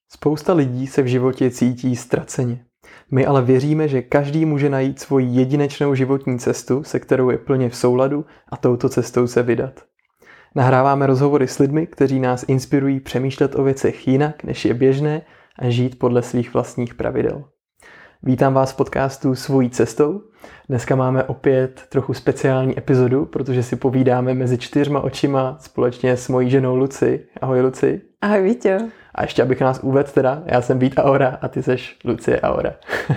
Spousta lidí se v životě cítí ztraceně. My ale věříme, že každý může najít svoji jedinečnou životní cestu, se kterou je plně v souladu a touto cestou se vydat. Nahráváme rozhovory s lidmi, kteří nás inspirují přemýšlet o věcech jinak, než je běžné a žít podle svých vlastních pravidel. Vítám vás v podcastu Svojí cestou. Dneska máme opět trochu speciální epizodu, protože si povídáme mezi 4 očima společně s mojí ženou Luci. Ahoj Luci. Ahoj Víťo. A ještě abych nás uvedl teda, já jsem Vít Aora a ty seš Lucie Aora.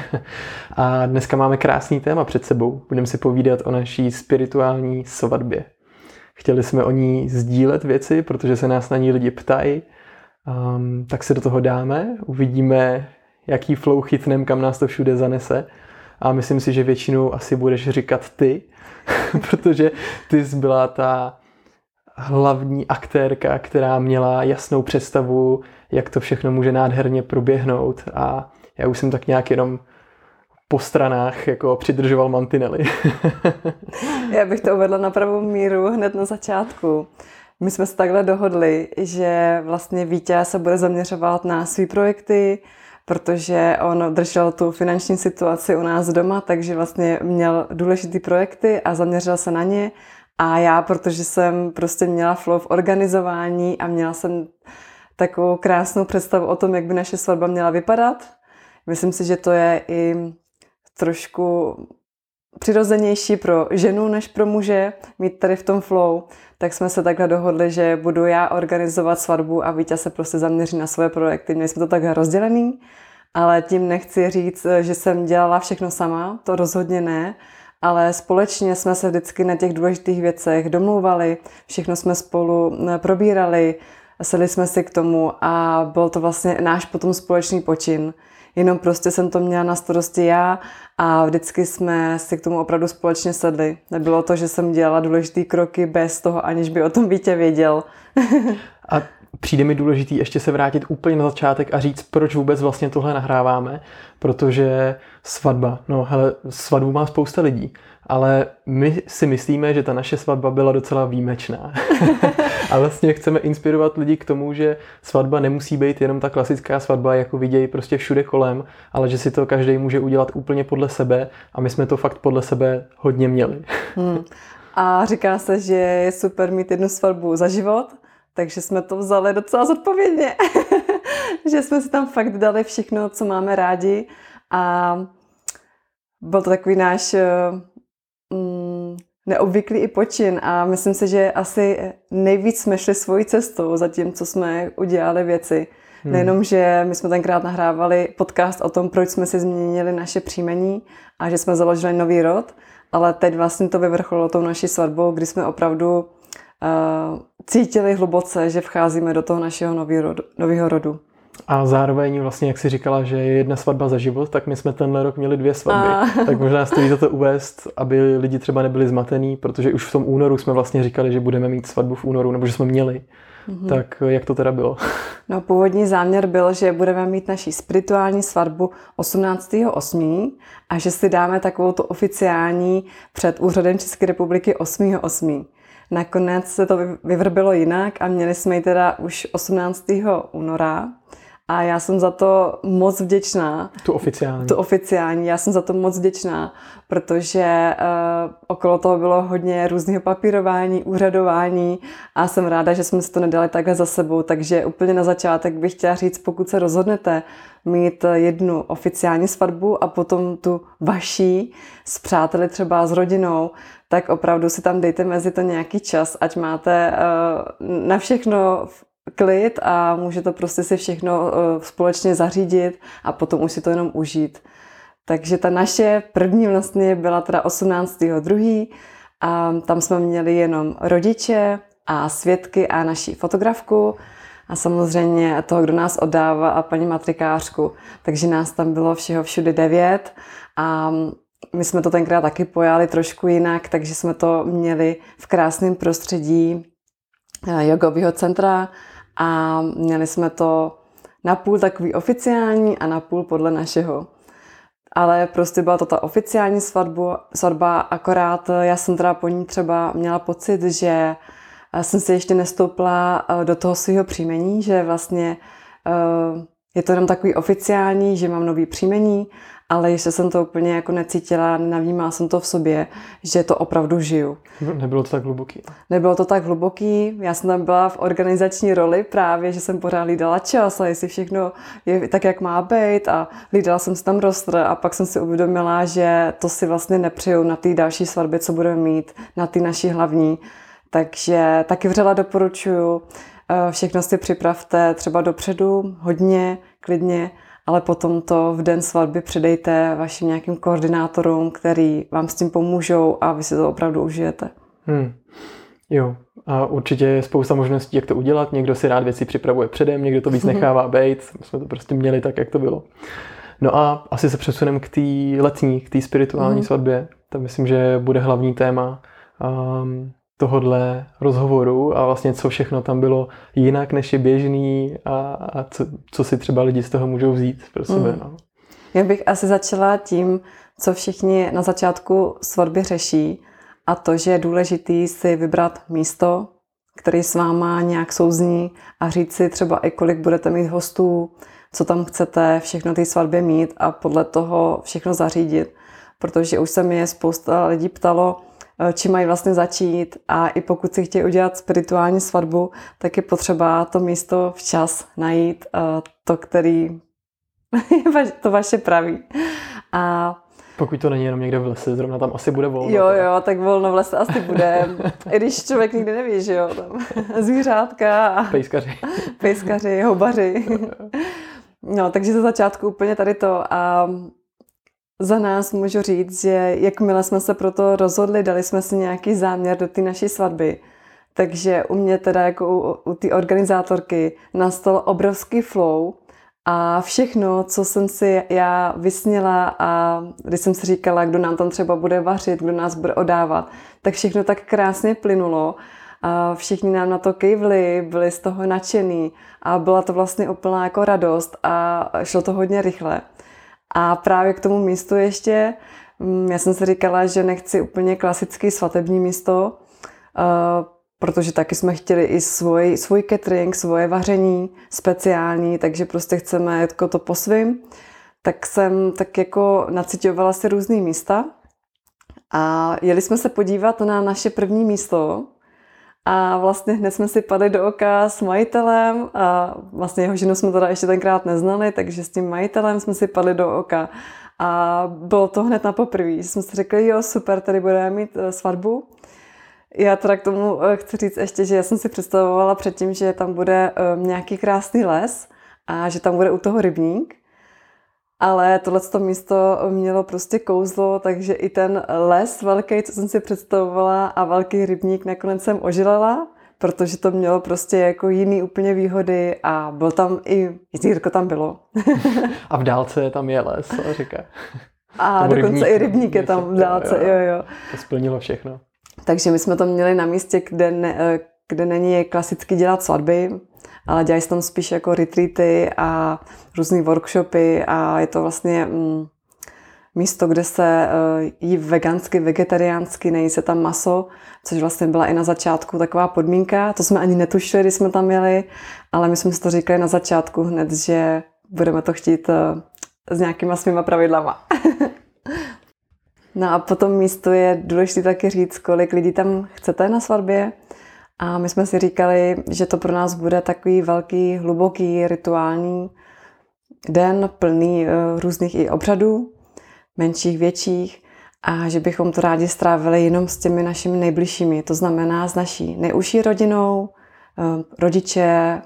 A dneska máme krásný téma před sebou. Budeme si povídat o naší spirituální svatbě. Chtěli jsme o ní sdílet věci, protože se nás na ní lidi ptají. Tak se do toho dáme, uvidíme, jaký flow chytnem, kam nás to všude zanese. A myslím si, že většinou asi budeš říkat ty, protože ty jsi byla ta hlavní aktérka, která měla jasnou představu, jak to všechno může nádherně proběhnout, a já už jsem tak nějak jenom po stranách jako přidržoval mantinely. Já bych to uvedla na pravou míru hned na začátku. My jsme se takhle dohodli, že vlastně Vítě se bude zaměřovat na svý projekty, protože on držel tu finanční situaci u nás doma, takže vlastně měl důležitý projekty a zaměřil se na ně. A já, protože jsem prostě měla flow v organizování a měla jsem takovou krásnou představu o tom, jak by naše svatba měla vypadat. Myslím si, že to je i trošku přirozenější pro ženu než pro muže mít tady v tom flow. Tak jsme se takhle dohodli, že budu já organizovat svatbu a Vítě se prostě zaměří na svoje projekty. Měli jsme to takhle rozdělený, ale tím nechci říct, že jsem dělala všechno sama, to rozhodně ne. Ale společně jsme se vždycky na těch důležitých věcech domlouvali, všechno jsme spolu probírali, sedli jsme si k tomu a byl to vlastně náš potom společný počin. Jenom prostě jsem to měla na starosti já a vždycky jsme si k tomu opravdu společně sedli. Nebylo to, že jsem dělala důležitý kroky bez toho, aniž by o tom Vítě věděl. A přijde mi důležitý ještě se vrátit úplně na začátek a říct, proč vůbec vlastně tohle nahráváme, protože svatbu má spousta lidí, ale my si myslíme, že ta naše svatba byla docela výjimečná. A vlastně chceme inspirovat lidi k tomu, že svatba nemusí být jenom ta klasická svatba, jako vidějí prostě všude kolem, ale že si to každý může udělat úplně podle sebe a my jsme to fakt podle sebe hodně měli. A říká se, že je super mít jednu svatbu za život, takže jsme to vzali docela zodpovědně. Že jsme si tam fakt dali všechno, co máme rádi, a byl to takový náš neobvyklý i počin a myslím si, že asi nejvíc jsme šli svojí cestou za tím, co jsme udělali věci. Nejenom, že my jsme tenkrát nahrávali podcast o tom, proč jsme si změnili naše příjmení a že jsme založili nový rod, ale teď vlastně to vyvrcholilo tou naší svatbou, kdy jsme opravdu cítili hluboce, že vcházíme do toho našeho nového rodu. A zároveň vlastně, jak jsi říkala, že je jedna svatba za život, tak my jsme tenhle rok měli 2 svatby. Tak možná stojí za to uvést, aby lidi třeba nebyli zmatení, protože už v tom únoru jsme vlastně říkali, že budeme mít svatbu v únoru, nebo že jsme měli. Tak jak to teda bylo? No, původní záměr byl, že budeme mít naši spirituální svatbu 18.8. a že si dáme takovou tu oficiální před úřadem České republiky 8.8. Nakonec se to vyvrbilo jinak a měli jsme ji teda už 18. února. A já jsem za to moc vděčná. Tu oficiální. Já jsem za to moc vděčná, protože okolo toho bylo hodně různého papírování, úřadování a jsem ráda, že jsme si to nedali takhle za sebou. Takže úplně na začátek bych chtěla říct, pokud se rozhodnete mít jednu oficiální svatbu a potom tu vaší s přáteli, třeba s rodinou, tak opravdu si tam dejte mezi to nějaký čas, ať máte na všechno klid a můžete prostě si všechno společně zařídit a potom už si to jenom užít. Takže ta naše první vlastně byla teda 18.2. a tam jsme měli jenom rodiče a svědky a naši fotografku a samozřejmě toho, kdo nás oddává, a paní matrikářku. Takže nás tam bylo všeho všude 9 a my jsme to tenkrát taky pojali trošku jinak, takže jsme to měli v krásném prostředí jogového centra a měli jsme to napůl takový oficiální a napůl podle našeho. Ale prostě byla to ta oficiální svatba, akorát já jsem teda po ní třeba měla pocit, že jsem si ještě nestoupla do toho svého příjmení, že vlastně Je to jenom takový oficiální, že mám nový příjmení, ale ještě jsem to úplně jako necítila, navnímala jsem to v sobě, že to opravdu žiju. Nebylo to tak hluboký? Nebylo to tak hluboký, já jsem tam byla v organizační roli právě, že jsem pořád hlídala čas a jestli všechno je tak, jak má být a hlídala jsem si tam rostr a pak jsem si uvědomila, že to si vlastně nepřeju na té další svatbě, co budeme mít, na té naší hlavní. Takže taky vřele doporučuju, všechno si připravte třeba dopředu, hodně, klidně, ale potom to v den svatby předejte vašim nějakým koordinátorům, který vám s tím pomůžou a vy si to opravdu užijete. Jo, a určitě je spousta možností, jak to udělat. Někdo si rád věci připravuje předem, někdo to víc nechává bejt. My jsme to prostě měli tak, jak to bylo. No a asi se přesuneme k té letní, k té spirituální svatbě. To myslím, že bude hlavní téma tohodle rozhovoru a vlastně co všechno tam bylo jinak, než je běžný a co si třeba lidi z toho můžou vzít pro sebe. No. Já bych asi začala tím, co všichni na začátku svatby řeší, a to, že je důležitý si vybrat místo, který s váma nějak souzní a říct si třeba i kolik budete mít hostů, co tam chcete všechno té svatbě mít a podle toho všechno zařídit. Protože už se mě spousta lidí ptalo, čím mají vlastně začít a i pokud si chtějí udělat spirituální svatbu, tak je potřeba to místo včas najít, to, který je to vaše praví. A pokud to není jenom někde v lese, zrovna tam asi bude volno. Jo, tak volno v lese asi bude. I když člověk nikdy neví, že jo, tam zvířátka a pejskaři, houbaři. No, takže za začátku úplně tady to a za nás můžu říct, že jakmile jsme se pro to rozhodli, dali jsme si nějaký záměr do té naší svatby, takže u mě teda jako u té organizátorky nastal obrovský flow a všechno, co jsem si já vysněla a když jsem si říkala, kdo nám tam třeba bude vařit, kdo nás bude odávat, tak všechno tak krásně plynulo a všichni nám na to kejvli, byli z toho nadšení a byla to vlastně úplná jako radost a šlo to hodně rychle. A právě k tomu místu ještě, já jsem si říkala, že nechci úplně klasický svatební místo, protože taky jsme chtěli i svůj catering, svoje vaření speciální, takže prostě chceme jako to po svým. Tak jsem tak jako nacitovala si různý místa a jeli jsme se podívat na naše první místo a vlastně hned jsme si padli do oka s majitelem a vlastně jeho ženu jsme teda ještě tenkrát neznali, takže s tím majitelem jsme si padli do oka a bylo to hned na poprvé. Jsme si řekli, jo super, tady budeme mít svatbu. Já teda k tomu chci říct ještě, že já jsem si představovala předtím, že tam bude nějaký krásný les a že tam bude u toho rybník. Ale tohleto místo mělo prostě kouzlo, takže i ten les velký, co jsem si představovala a velký rybník nakonec jsem ožilala, protože to mělo prostě jako jiný úplně výhody a byl tam i jezírko tam bylo. A v dálce tam je les, říká. A dokonce i rybník je tam v dálce, jo. To splnilo všechno. Takže my jsme to měli na místě, kde není klasicky dělat svatby, ale dělají se tam spíš jako retreaty a různý workshopy a je to vlastně místo, kde se jí vegansky, vegetariánsky, nejí se tam maso, což vlastně byla i na začátku taková podmínka. To jsme ani netušili, když jsme tam jeli, ale my jsme si to říkali na začátku hned, že budeme to chtít s nějakýma svýma pravidlama. No a po tom místu je důležité taky říct, kolik lidí tam chcete na svatbě. A my jsme si říkali, že to pro nás bude takový velký, hluboký, rituální den, plný různých i obřadů, menších, větších, a že bychom to rádi strávili jenom s těmi našimi nejbližšími, to znamená s naší nejužší rodinou, rodiče,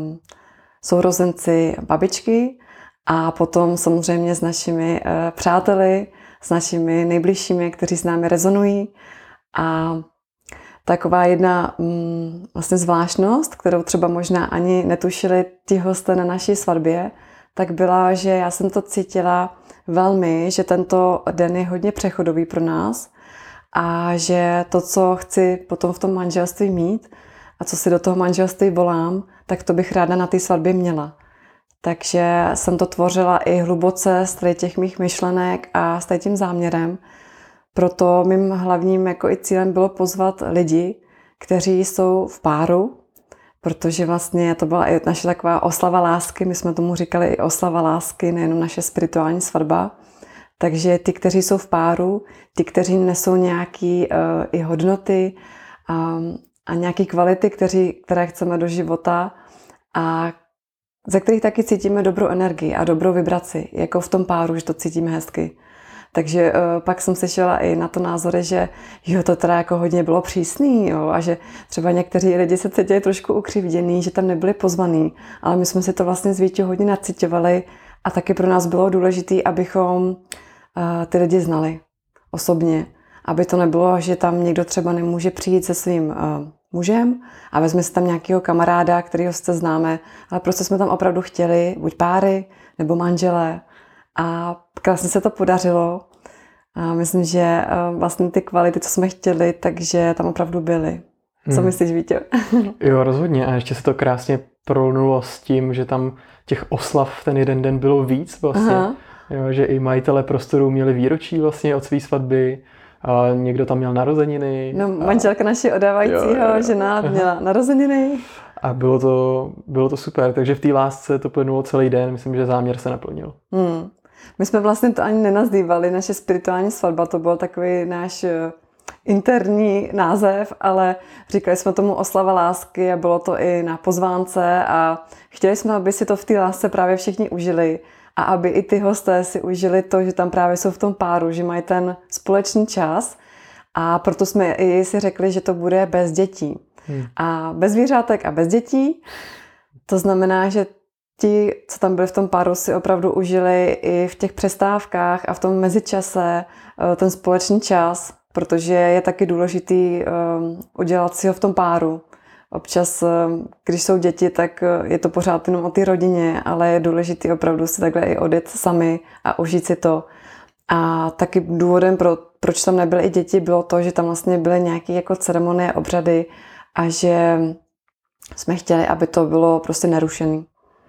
sourozenci, babičky a potom samozřejmě s našimi přáteli, s našimi nejbližšími, kteří s námi rezonují. A taková jedna vlastně zvláštnost, kterou třeba možná ani netušili ti hosté na naší svatbě, tak byla, že já jsem to cítila velmi, že tento den je hodně přechodový pro nás a že to, co chci potom v tom manželství mít a co si do toho manželství volám, tak to bych ráda na té svatbě měla. Takže jsem to tvořila i hluboce z těch mých myšlenek a s tím záměrem. Proto mým hlavním jako i cílem bylo pozvat lidi, kteří jsou v páru, protože vlastně to byla i naše taková oslava lásky, my jsme tomu říkali i oslava lásky, nejenom naše spirituální svatba. Takže ty, kteří jsou v páru, ty, kteří nesou nějaké i hodnoty a nějaké kvality, které chceme do života a ze kterých taky cítíme dobrou energii a dobrou vibraci, jako v tom páru, že to cítíme hezky. Takže pak jsem slyšela i na to názory, že jo, to teda jako hodně bylo přísný, jo, a že třeba někteří lidi se cítili trošku ukřivděný, že tam nebyli pozvaný, ale my jsme si to vlastně s Víťou hodně naciťovali a taky pro nás bylo důležité, abychom ty lidi znali osobně, aby to nebylo, že tam někdo třeba nemůže přijít se svým mužem a vezme si tam nějakého kamaráda, kterýho jste známe, ale prostě jsme tam opravdu chtěli buď páry nebo manželé a krásně se to podařilo a myslím, že vlastně ty kvality, co jsme chtěli, takže tam opravdu byly. Co myslíš, Víťo? Jo, rozhodně a ještě se to krásně prolnulo s tím, že tam těch oslav ten jeden den bylo víc vlastně. Jo, že i majitelé prostoru měli výročí vlastně od své svatby, a někdo tam měl narozeniny. No, manželka naše odávajícího žena měla narozeniny. A bylo to super, takže v té lásce to plynulo celý den, myslím, že záměr se naplnil. My jsme vlastně to ani nenazdívali, naše spirituální svatba, to byl takový náš interní název, ale říkali jsme tomu oslava lásky a bylo to i na pozvánce a chtěli jsme, aby si to v té lásce právě všichni užili. A aby i ty hosté si užili to, že tam právě jsou v tom páru, že mají ten společný čas. A proto jsme i si řekli, že to bude bez dětí. A bez zvířátek a bez dětí. To znamená, že ti, co tam byli v tom páru, si opravdu užili i v těch přestávkách a v tom mezičase ten společný čas, protože je taky důležitý udělat si ho v tom páru. Občas, když jsou děti, tak je to pořád jenom o té rodině, ale je důležité opravdu si takhle i odjet sami a užít si to. A taky důvodem, proč tam nebyly i děti, bylo to, že tam vlastně byly nějaké jako ceremonie, obřady a že jsme chtěli, aby to bylo prostě nerušený.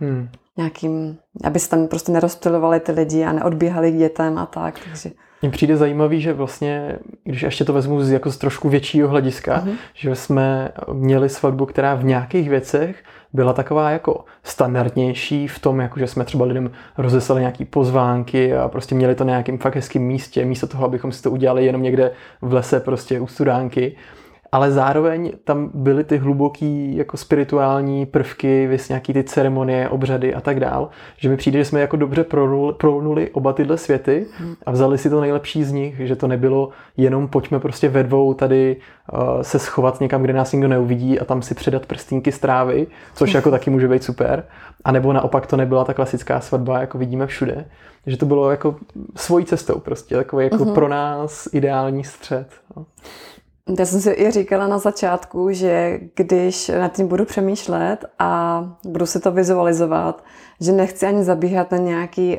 Aby se tam prostě nerozptylovali ty lidi a neodbíhali k dětem a tak. Takže... Mně přijde zajímavý, že vlastně, když ještě to vezmu z trošku většího hlediska, že jsme měli svatbu, která v nějakých věcech byla taková jako standardnější v tom, jako že jsme třeba lidem rozeslali nějaký pozvánky a prostě měli to na nějakým fakt hezkým místě, místo toho, abychom si to udělali jenom někde v lese prostě u studánky. Ale zároveň tam byly ty hluboký jako spirituální prvky, nějaký ty ceremonie, obřady a tak dál, že mi přijde, že jsme jako dobře prolnuli oba tyhle světy a vzali si to nejlepší z nich, že to nebylo jenom pojďme prostě ve dvou tady se schovat někam, kde nás nikdo neuvidí a tam si předat prstínky z trávy, což jako taky může být super, a nebo naopak to nebyla ta klasická svatba, jako vidíme všude, že to bylo jako svojí cestou prostě, takový jako pro nás ideální střed. No. Já jsem si i říkala na začátku, že když nad tím budu přemýšlet a budu si to vizualizovat, že nechci ani zabíhat na nějaký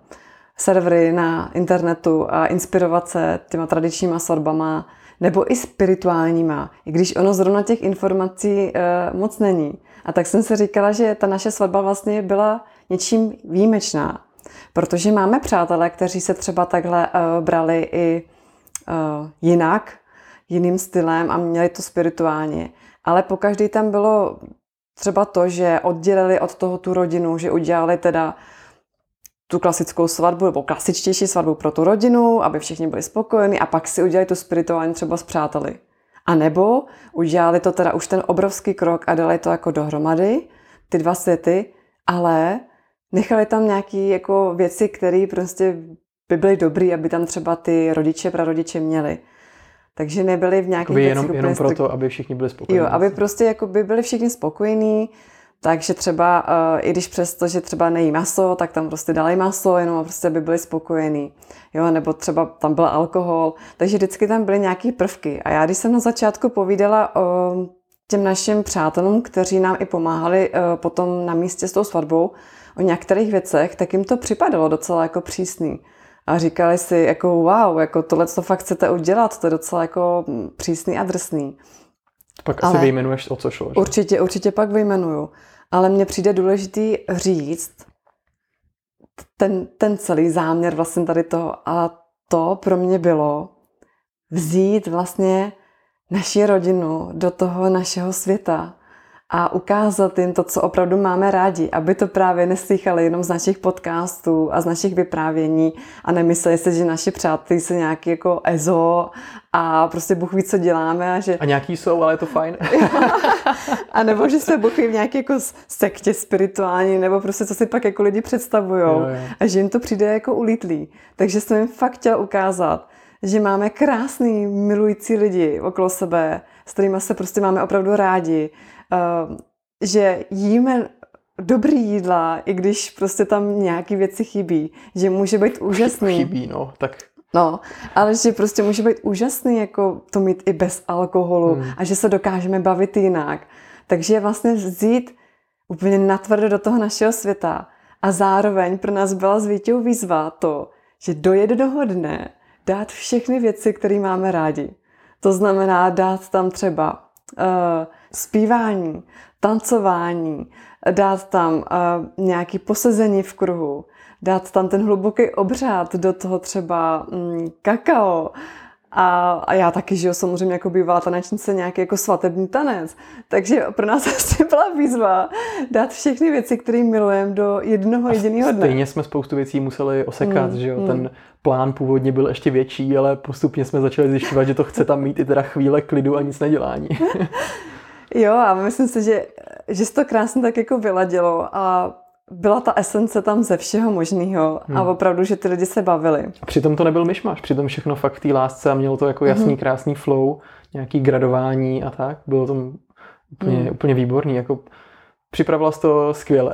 servery na internetu a inspirovat se těma tradičníma svatbama nebo i spirituálníma, i když ono zrovna těch informací moc není. A tak jsem si říkala, že ta naše svatba vlastně byla něčím výjimečná, protože máme přátelé, kteří se třeba takhle brali i jinak, jiným stylem a měli to spirituálně. Ale pokaždý tam bylo třeba to, že oddělili od toho tu rodinu, že udělali teda tu klasickou svatbu nebo klasičtější svatbu pro tu rodinu, aby všichni byli spokojení a pak si udělali tu spirituální třeba s přáteli. A nebo udělali to teda už ten obrovský krok a dali to jako dohromady, ty dva světy, ale nechali tam nějaké jako věci, které prostě by byly dobrý, aby tam třeba ty rodiče, prarodiče měli. Takže nebyli v nějakých věcích jenom proto, aby všichni byli spokojení. Jo, aby prostě jako by byli všichni spokojení, takže třeba, i když přesto, že třeba nejí maso, tak tam prostě dali maso, jenom prostě aby byli spokojení. Jo, nebo třeba tam byl alkohol, takže vždycky tam byly nějaké prvky. A já, když jsem na začátku povídala o těm našim přátelům, kteří nám i pomáhali potom na místě s tou svatbou, o některých věcech, tak jim to připadalo docela jako přísný. A říkali si, jako wow, jako tohle to fakt chcete udělat, to je docela jako přísný a drsný. Pak asi vyjmenuješ, o co šlo. Že? Určitě pak vyjmenuju. Ale mně přijde důležitý říct ten celý záměr vlastně tady toho. A to pro mě bylo vzít vlastně naši rodinu do toho našeho světa a ukázat jim to, co opravdu máme rádi, aby to právě neslýchali jenom z našich podcastů a z našich vyprávění a nemysleli si, že naši přátelé jsou nějaký jako ezo a prostě Bůh ví, co děláme. A nějaký jsou, ale je to fajn. A nebo že jsme Bůh ví v nějaké jako sektě spirituální, nebo prostě co si pak jako lidi představujou a že jim to přijde jako ulítlý. Takže jsem jim fakt chtěla ukázat, že máme krásný, milující lidi okolo sebe, s kterými se prostě máme opravdu rádi, že jíme dobrý jídla, i když prostě tam nějaký věci chybí, že může být úžasný. Chybí, no, tak... No, ale že prostě může být úžasný jako to mít i bez alkoholu a že se dokážeme bavit jinak. Takže vlastně vzít úplně natvrdo do toho našeho světa a zároveň pro nás byla s Vítěou výzva to, že do jednoho dne dát všechny věci, které máme rádi. To znamená dát tam třeba zpívání, tancování, dát tam nějaké posezení v kruhu, dát tam ten hluboký obřad, do toho třeba kakao. A já taky, že jo, samozřejmě jako bývalá tanečnice, nějaký jako svatební tanec. Takže pro nás asi byla výzva dát všechny věci, které milujeme, do jednoho jediného dne. Stejně jsme spoustu věcí museli osekat, že jo, ten plán původně byl ještě větší, ale postupně jsme začali zjišťovat, že to chce tam mít i teda chvíle klidu a nic nedělání. Jo, a myslím si, že se to krásně tak jako vyladilo a byla ta esence tam ze všeho možného a opravdu, že ty lidi se bavili. A přitom to nebyl myšmaš, přitom všechno fakt v té lásce a mělo to jako jasný, krásný flow, nějaký gradování a tak. Bylo to úplně výborný, jako připravila jsi to skvěle.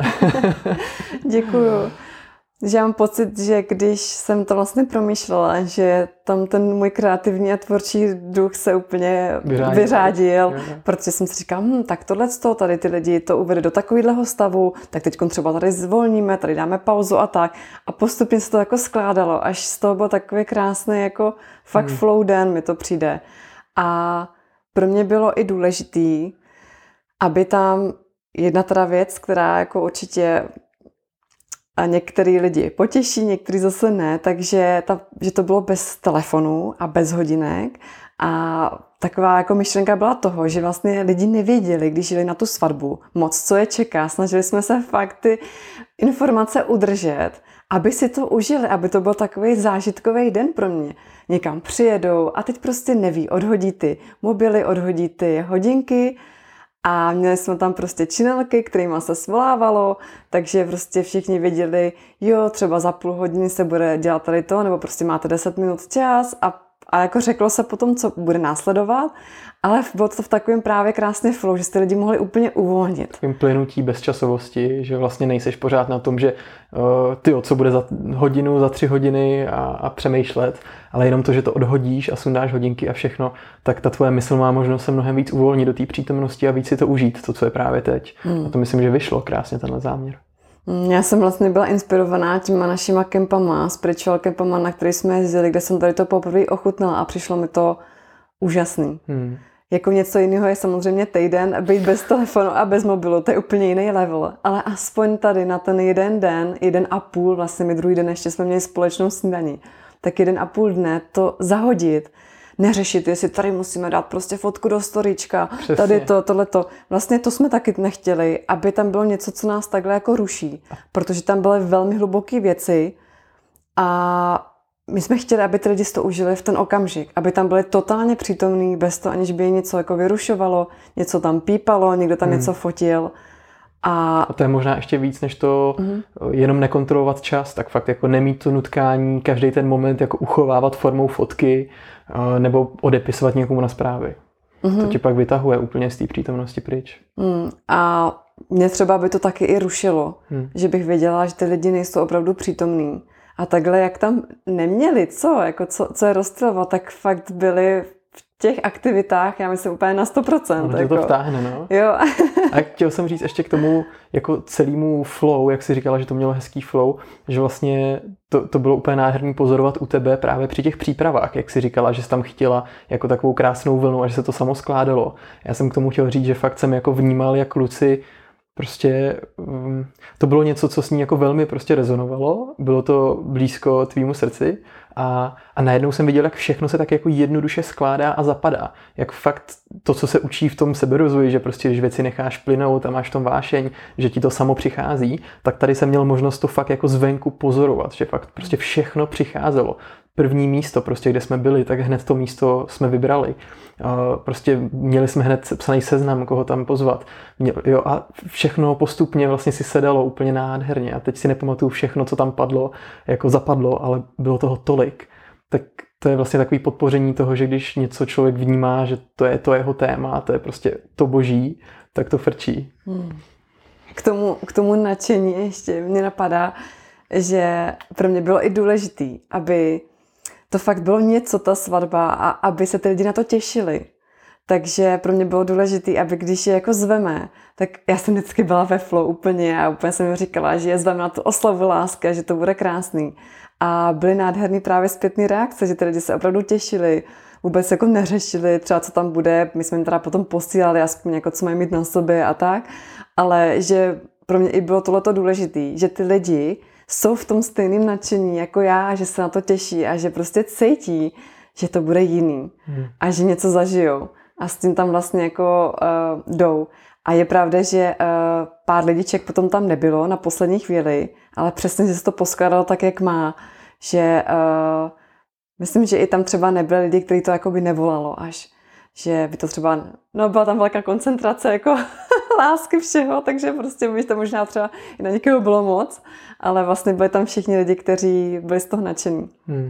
Děkuju. Že mám pocit, že když jsem to vlastně promýšlela, že tam ten můj kreativní a tvůrčí duch se úplně vyřádil, protože jsem si říkala, tak tohleto, tady ty lidi to uvede do takového stavu, tak teď třeba tady zvolníme, tady dáme pauzu a tak. A postupně se to jako skládalo, až z toho byl takový krásný jako fakt flow den mi to přijde. A pro mě bylo i důležitý, aby tam jedna teda věc, která jako určitě a některý lidi potěší, některý zase ne, takže že to bylo bez telefonu a bez hodinek a taková jako myšlenka byla toho, že vlastně lidi nevěděli, když jeli na tu svatbu moc, co je čeká. Snažili jsme se fakt ty informace udržet, aby si to užili, aby to byl takový zážitkový den pro mě. Někam přijedou a teď prostě neví, odhodí ty mobily, odhodí ty hodinky. A měli jsme tam prostě činelky, kterýma se svolávalo, takže prostě všichni věděli, jo, třeba za půl hodiny se bude dělat tady to, nebo prostě máte 10 minut čas a jako řeklo se potom, co bude následovat, ale bylo to v takovém právě krásně flow, že jste lidi mohli úplně uvolnit. Takovým plynutí bezčasovosti, že vlastně nejseš pořád na tom, že co bude za hodinu, za 3 hodiny a přemýšlet, ale jenom to, že to odhodíš a sundáš hodinky a všechno, tak ta tvoje mysl má možnost se mnohem víc uvolnit do té přítomnosti a víc si to užít, to, co je právě teď. A to myslím, že vyšlo krásně tenhle záměr. Já jsem vlastně byla inspirovaná těma našima kempama, spiritual kempama, na který jsme jezdili, kde jsem tady to poprvé ochutnala a přišlo mi to úžasný. Jako něco jiného je samozřejmě týden být bez telefonu a bez mobilu, to je úplně jiný level, ale aspoň tady na ten jeden den, 1,5, vlastně my druhý den ještě jsme měli společnou snídani, tak 1,5 dne to zahodit, neřešit, jestli tady musíme dát prostě fotku do storíčka, tady to, tohleto. Vlastně to jsme taky nechtěli, aby tam bylo něco, co nás takhle jako ruší, protože tam byly velmi hluboké věci a my jsme chtěli, aby ty lidi si to užili v ten okamžik, aby tam byli totálně přítomní, bez toho, aniž by je něco jako vyrušovalo, něco tam pípalo, někdo tam něco fotil. A to je možná ještě víc, než to jenom nekontrolovat čas, tak fakt jako nemít to nutkání, každý ten moment jako uchovávat formou fotky nebo odepisovat někomu na zprávy. To tě pak vytahuje úplně z té přítomnosti pryč. A mě třeba by to taky i rušilo, že bych věděla, že ty lidi nejsou opravdu přítomní. A takhle, jak tam neměli, co je rozstřelovat, tak fakt byli v těch aktivitách, já myslím úplně na 100%. Ono jako. To vtáhne, no. Jo. A chtěl jsem říct ještě k tomu jako celému flow, jak jsi říkala, že to mělo hezký flow, že vlastně to bylo úplně nádherný pozorovat u tebe právě při těch přípravách, jak jsi říkala, že jsi tam chtěla jako takovou krásnou vlnu a že se to samo skládalo. Já jsem k tomu chtěl říct, že fakt jsem jako vnímal, jak kluci prostě to bylo něco, co s ní jako velmi prostě rezonovalo, bylo to blízko tvýmu srdci A najednou jsem viděl, jak všechno se tak jako jednoduše skládá a zapadá. Jak fakt to, co se učí v tom seberozvoji, že prostě když věci necháš plynout a máš v tom vášeň, že ti to samo přichází, tak tady jsem měl možnost to fakt jako zvenku pozorovat, že fakt prostě všechno přicházelo. První místo, prostě, kde jsme byli, tak hned to místo jsme vybrali. Prostě měli jsme hned psaný seznam, koho tam pozvat. A všechno postupně vlastně si sedalo úplně nádherně. A teď si nepamatuju všechno, co tam padlo, jako zapadlo, ale bylo toho tolik. Tak to je vlastně takový podpoření toho, že když něco člověk vnímá, že to je to jeho téma, to je prostě to boží, tak to frčí. K tomu nadšení ještě mě napadá, že pro mě bylo i důležitý, aby to fakt bylo něco, ta svatba, a aby se ty lidi na to těšili. Takže pro mě bylo důležité, aby když je jako zveme, tak já jsem vždycky byla ve flow úplně a úplně jsem mi říkala, že je zveme na tu oslavu lásky, že to bude krásný. A byly nádherný právě zpětný reakce, že ty lidi se opravdu těšili, vůbec jako neřešili třeba, co tam bude. My jsme jim teda potom posílali aspoň jako, co mají mít na sobě a tak. Ale že pro mě i bylo tohleto důležitý, že ty lidi jsou v tom stejném nadšení jako já, že se na to těší a že prostě cítí, že to bude jiný a že něco zažijou a s tím tam vlastně jako jdou. A je pravda, že pár lidiček potom tam nebylo na poslední chvíli, ale přesně, že se to poskládalo tak, jak má, že myslím, že i tam třeba nebyli lidi, kteří to jakoby nevolalo až, že by to třeba, no byla tam velká koncentrace jako lásky všeho, takže prostě by to možná třeba i na někoho bylo moc, ale vlastně byli tam všichni lidi, kteří byli z toho nadšení.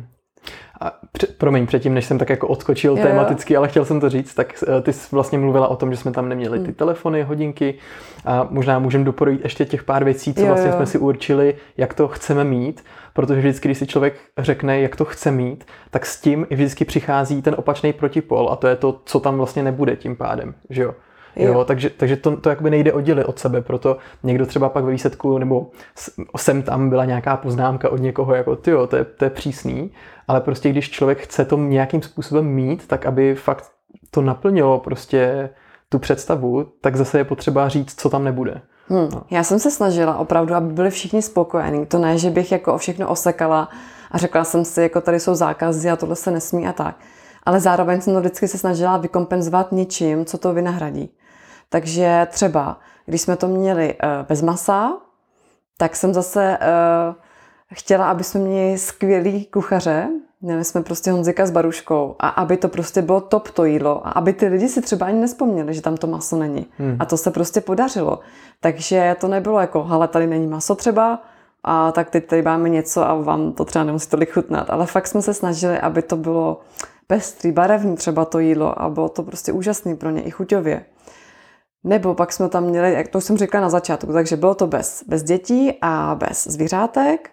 A promiň, předtím, než jsem tak jako odskočil tematicky, ale chtěl jsem to říct, tak ty jsi vlastně mluvila o tom, že jsme tam neměli ty telefony, hodinky a možná můžeme doporučit ještě těch pár věcí, co vlastně jsme si určili, jak to chceme mít, protože vždycky, když si člověk řekne, jak to chce mít, tak s tím i vždycky přichází ten opačný protipol a to je to, co tam vlastně nebude tím pádem, že jo? Jo, takže to jakoby nejde oddělit od sebe, proto někdo třeba pak ve výsledku, nebo sem tam byla nějaká poznámka od někoho, jako tyjo, to je přísný, ale prostě když člověk chce to nějakým způsobem mít, tak aby fakt to naplnilo prostě tu představu, tak zase je potřeba říct, co tam nebude. No. Já jsem se snažila opravdu, aby byli všichni spokojení. To ne, že bych jako o všechno osekala a řekla jsem si, jako tady jsou zákazy a tohle se nesmí a tak. Ale zároveň jsem to vždycky se snažila vykompenzovat něčím, co to vynahradí. Takže třeba, když jsme to měli bez masa, tak jsem zase chtěla, aby jsme měli skvělý kuchaře. Měli jsme prostě Honzika s Baruškou a aby to prostě bylo top to jídlo a aby ty lidi si třeba ani nevzpomněli, že tam to maso není. A to se prostě podařilo. Takže to nebylo jako, hele, tady není maso třeba a tak teď tady máme něco a vám to třeba nemusí tolik chutnat. Ale fakt jsme se snažili, aby to bylo pestrý, barevný třeba to jídlo a bylo to prostě úžasný pro ně i chuťově. Nebo pak jsme tam měli, jak to jsem říkala na začátku, takže bylo to bez dětí a bez zvířátek,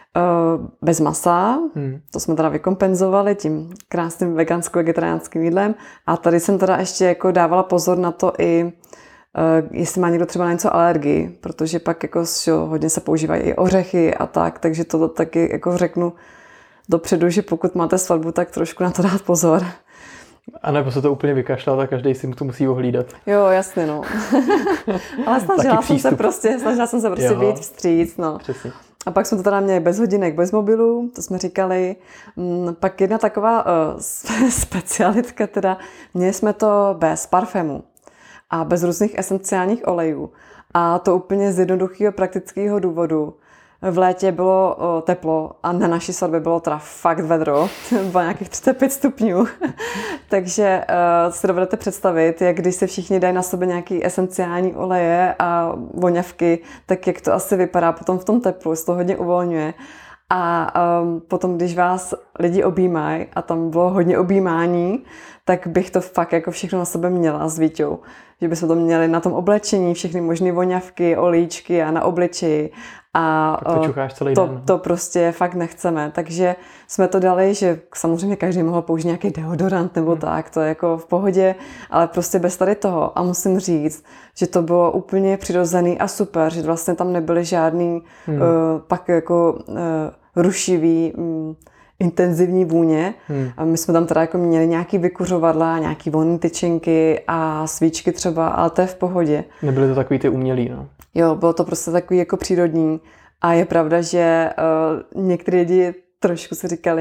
bez masa, to jsme teda vykompenzovali tím krásným vegansko-vegetariánským jídlem a tady jsem teda ještě jako dávala pozor na to i, jestli má někdo třeba na něco alergii, protože pak jako hodně se používají i ořechy a tak, takže to taky jako řeknu dopředu, že pokud máte svatbu, tak trošku na to dát pozor. A nebo se to úplně vykašlat a každý si to musí ohlídat. Jo, jasně, no. Ale snažila jsem se prostě být vstříc, no. Přesně. A pak jsme to teda měli bez hodinek, bez mobilů, to jsme říkali. Pak jedna taková specialitka, teda měli jsme to bez parfému a bez různých esenciálních olejů. A to úplně z jednoduchého praktického důvodu. V létě bylo teplo a na naší svatbě bylo teda fakt vedro, bylo nějakých 35 stupňů. Takže si dovedete představit, jak když se všichni dají na sebe nějaký esenciální oleje a voňavky, tak jak to asi vypadá potom v tom teplu, se to hodně uvolňuje. A potom, když vás lidi objímají a tam bylo hodně objímání, tak bych to fakt jako všechno na sebe měla s Víťou. Že bychom to měli na tom oblečení, všechny možné voňavky, olíčky a na obličeji. A to prostě fakt nechceme. Takže jsme to dali, že samozřejmě každý mohl použít nějaký deodorant nebo tak, to je jako v pohodě, ale prostě bez tady toho. A musím říct, že to bylo úplně přirozený a super, že vlastně tam nebyly žádný pak jako rušivý, intenzivní vůně. A my jsme tam teda jako měli nějaký vykuřovadla, nějaký vonný tyčinky a svíčky třeba, ale to je v pohodě. Nebyly to takový ty umělý, no? Jo, bylo to prostě takový jako přírodní. A je pravda, že některý lidi trošku si říkali,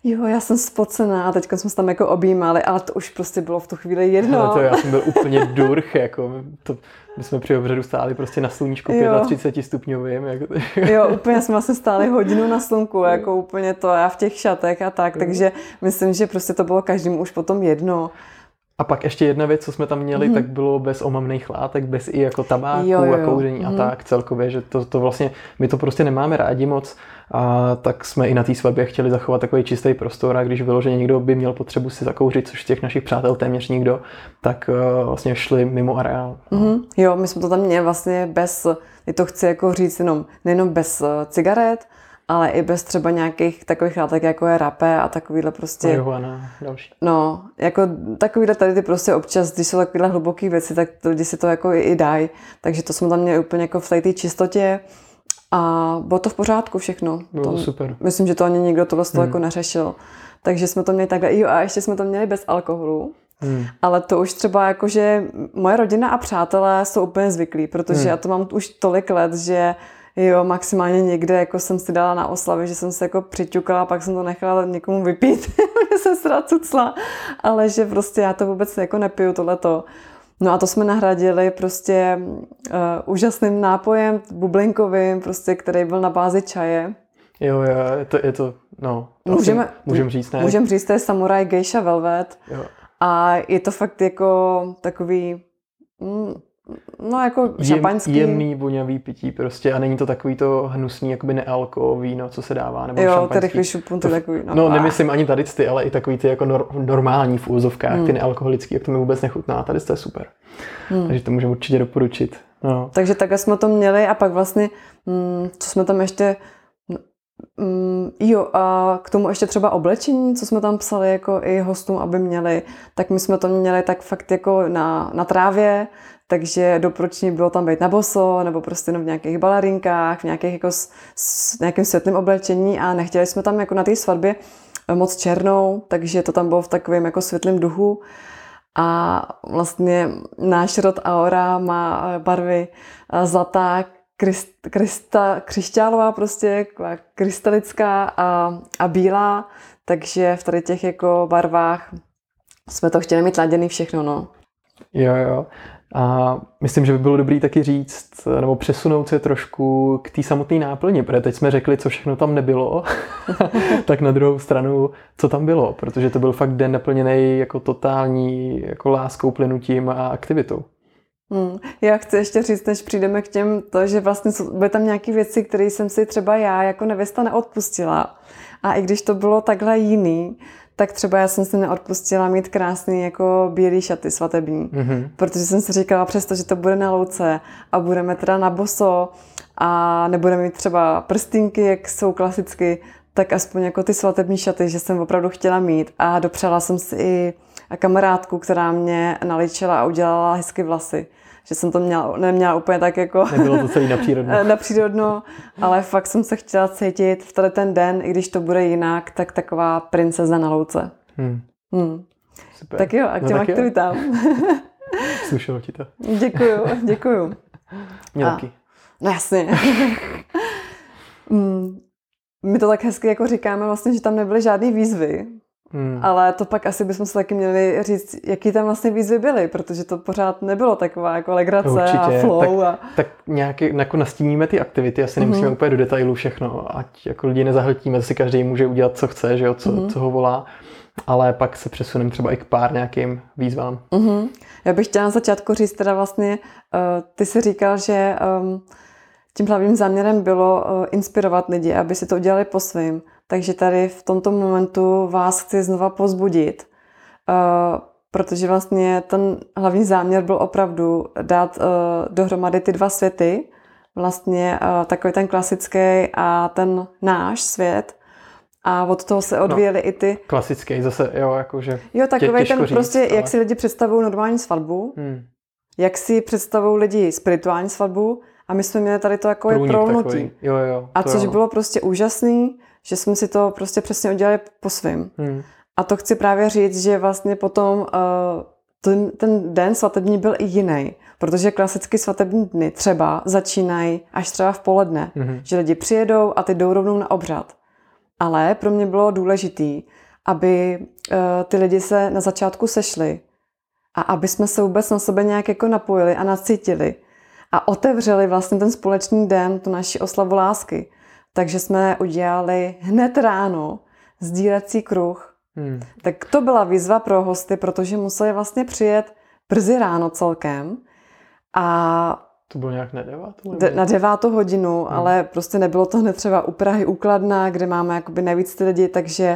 Jo, já jsem spocená a teďka jsme se tam jako objímali, ale to už prostě bylo v tu chvíli jedno. Ale to já jsem byl úplně durch, jako my jsme při obřadu stáli prostě na sluníčku 35 stupňovým. Jako jo, úplně jsme vlastně stáli hodinu na slunku, jako úplně to a v těch šatech a tak, takže myslím, že prostě to bylo každému už potom jedno. A pak ještě jedna věc, co jsme tam měli, tak bylo bez omamných látek, bez i jako tabáku a kouření a tak celkově, že to vlastně, my to prostě nemáme rádi moc, a tak jsme i na té svatbě chtěli zachovat takový čistý prostor a když vyloženě někdo by měl potřebu si zakouřit, což z těch našich přátel téměř nikdo, tak vlastně šli mimo areál. Jo, my jsme to tam měli vlastně bez, to chci jako říct nejenom bez cigaret, ale i bez třeba nějakých takových látek, jako je rapé a takovýhle prostě. Marihuana, další. No, jako takovýhle tady ty prostě občas, když jsou takovýhle hluboký věci, tak lidi si to jako i dají. Takže to jsme tam měli úplně jako v té čistotě a bylo to v pořádku všechno. Bylo to super. Myslím, že to ani nikdo tohle jako neřešil. Takže jsme to měli takhle. Jo, a ještě jsme to měli bez alkoholu. Ale to už třeba jako, že moje rodina a přátelé jsou úplně zvyklí, protože já to mám už tolik let, že jo, maximálně někde jako jsem si dala na oslavě, že jsem se jako přiťukala, pak jsem to nechala někomu vypít, že jsem se cucla, ale že prostě já to vůbec jako nepiju tohleto. No a to jsme nahradili prostě úžasným nápojem, bublinkovým, prostě, který byl na bázi čaje. Jo, je to můžeme říct, ne? Můžeme říct, to je Samurai Geisha Velvet. Jo. A je to fakt jako takový, no jako šampaňský. Jemný, voňavý pití prostě a není to takový to hnusný, jakoby nealko víno, co se dává, nebo šampaňský. Jo, ty rychlý šupun, to takový. No nemyslím ani tady ty, ale i takový ty jako normální v úzovkách, ty nealkoholický, jak to mi vůbec nechutná, tady to je super. Takže to můžeme určitě doporučit. No. Takže takhle jsme to měli a pak vlastně, co jsme tam ještě, jo, a k tomu ještě třeba oblečení, co jsme tam psali jako i hostům, aby měli, tak my jsme to měli tak fakt jako na trávě, takže doporučení bylo tam být na boso, nebo prostě v nějakých balerinkách, v nějakých jako s nějakým světlým oblečení a nechtěli jsme tam jako na té svatbě moc černou, takže to tam bylo v takovém jako světlém duchu a vlastně náš rod Aura má barvy zlatá, křišťálová prostě, krystalická a bílá, takže v tady těch jako barvách jsme to chtěli mít laděný všechno, no. Jo. A myslím, že by bylo dobré taky říct, nebo přesunout se trošku k té samotné náplni, protože teď jsme řekli, co všechno tam nebylo, tak na druhou stranu, co tam bylo, protože to byl fakt den naplněný jako totální jako láskou, plynutím a aktivitou. Já chci ještě říct, než přijdeme k těm, to, že vlastně byly tam nějaké věci, které jsem si třeba já jako nevěsta neodpustila. A i když to bylo takhle jiný, tak třeba já jsem si neodpustila mít krásný jako bílý šaty svatební. Protože jsem si říkala, přesto, že to bude na louce a budeme teda na boso a nebudeme mít třeba prstínky, jak jsou klasicky, tak aspoň jako ty svatební šaty, že jsem opravdu chtěla mít. A dopřála jsem si i kamarádku, která mě naličila a udělala hezky vlasy. Že jsem to neměla úplně tak jako... Nebylo to celý napřírodno, ale fakt jsem se chtěla cítit v tady ten den, i když to bude jinak, tak taková princeza na louce. Super. Tak jo, a k těm aktivitám. Slušelo ti to. Děkuju. Mě taky. No jasně. My to tak hezky jako říkáme vlastně, že tam nebyly žádný výzvy. Ale to pak asi bychom se taky měli říct, jaký tam vlastně výzvy byly, protože to pořád nebylo taková jako legrace určitě, a flow. Tak nějak jako nastíníme ty aktivity, asi nemusíme úplně do detailu všechno, ať jako lidi nezahltíme, si každý může udělat, co chce, že jo, co ho volá, ale pak se přesuneme třeba i k pár nějakým výzvám. Já bych chtěla na začátku říct teda vlastně, ty jsi říkal, že tím hlavním záměrem bylo inspirovat lidi, aby si to udělali po svým. Takže tady v tomto momentu vás chci znova povzbudit, protože vlastně ten hlavní záměr byl opravdu dát dohromady ty dva světy, vlastně takový ten klasický a ten náš svět. A od toho se odvíjely i ty... Klasický zase, jo, jakože... Jo, takový ten říct, prostě, ale... jak si lidi představují normální svatbu, jak si představují lidi spirituální svatbu a my jsme měli tady to jako prolnutí. Jo, a což bylo prostě úžasný, že jsme si to prostě přesně udělali po svým. A to chci právě říct, že vlastně potom ten den svatební byl i jiný, protože klasicky svatební dny třeba začínají až třeba v poledne, že lidi přijedou a ty jdou rovnou na obřad. Ale pro mě bylo důležitý, aby ty lidi se na začátku sešli a aby jsme se vůbec na sebe nějak jako napojili a nacítili a otevřeli vlastně ten společný den, tu naši oslavu lásky. Takže jsme udělali hned ráno sdílecí kruh. Tak to byla výzva pro hosty, protože museli vlastně přijet brzy ráno celkem. A to bylo nějak na 9? Na 9 hodinu, ale prostě nebylo to hned třeba u Prahy, u Kladna, kde máme jakoby nejvíc ty lidi, takže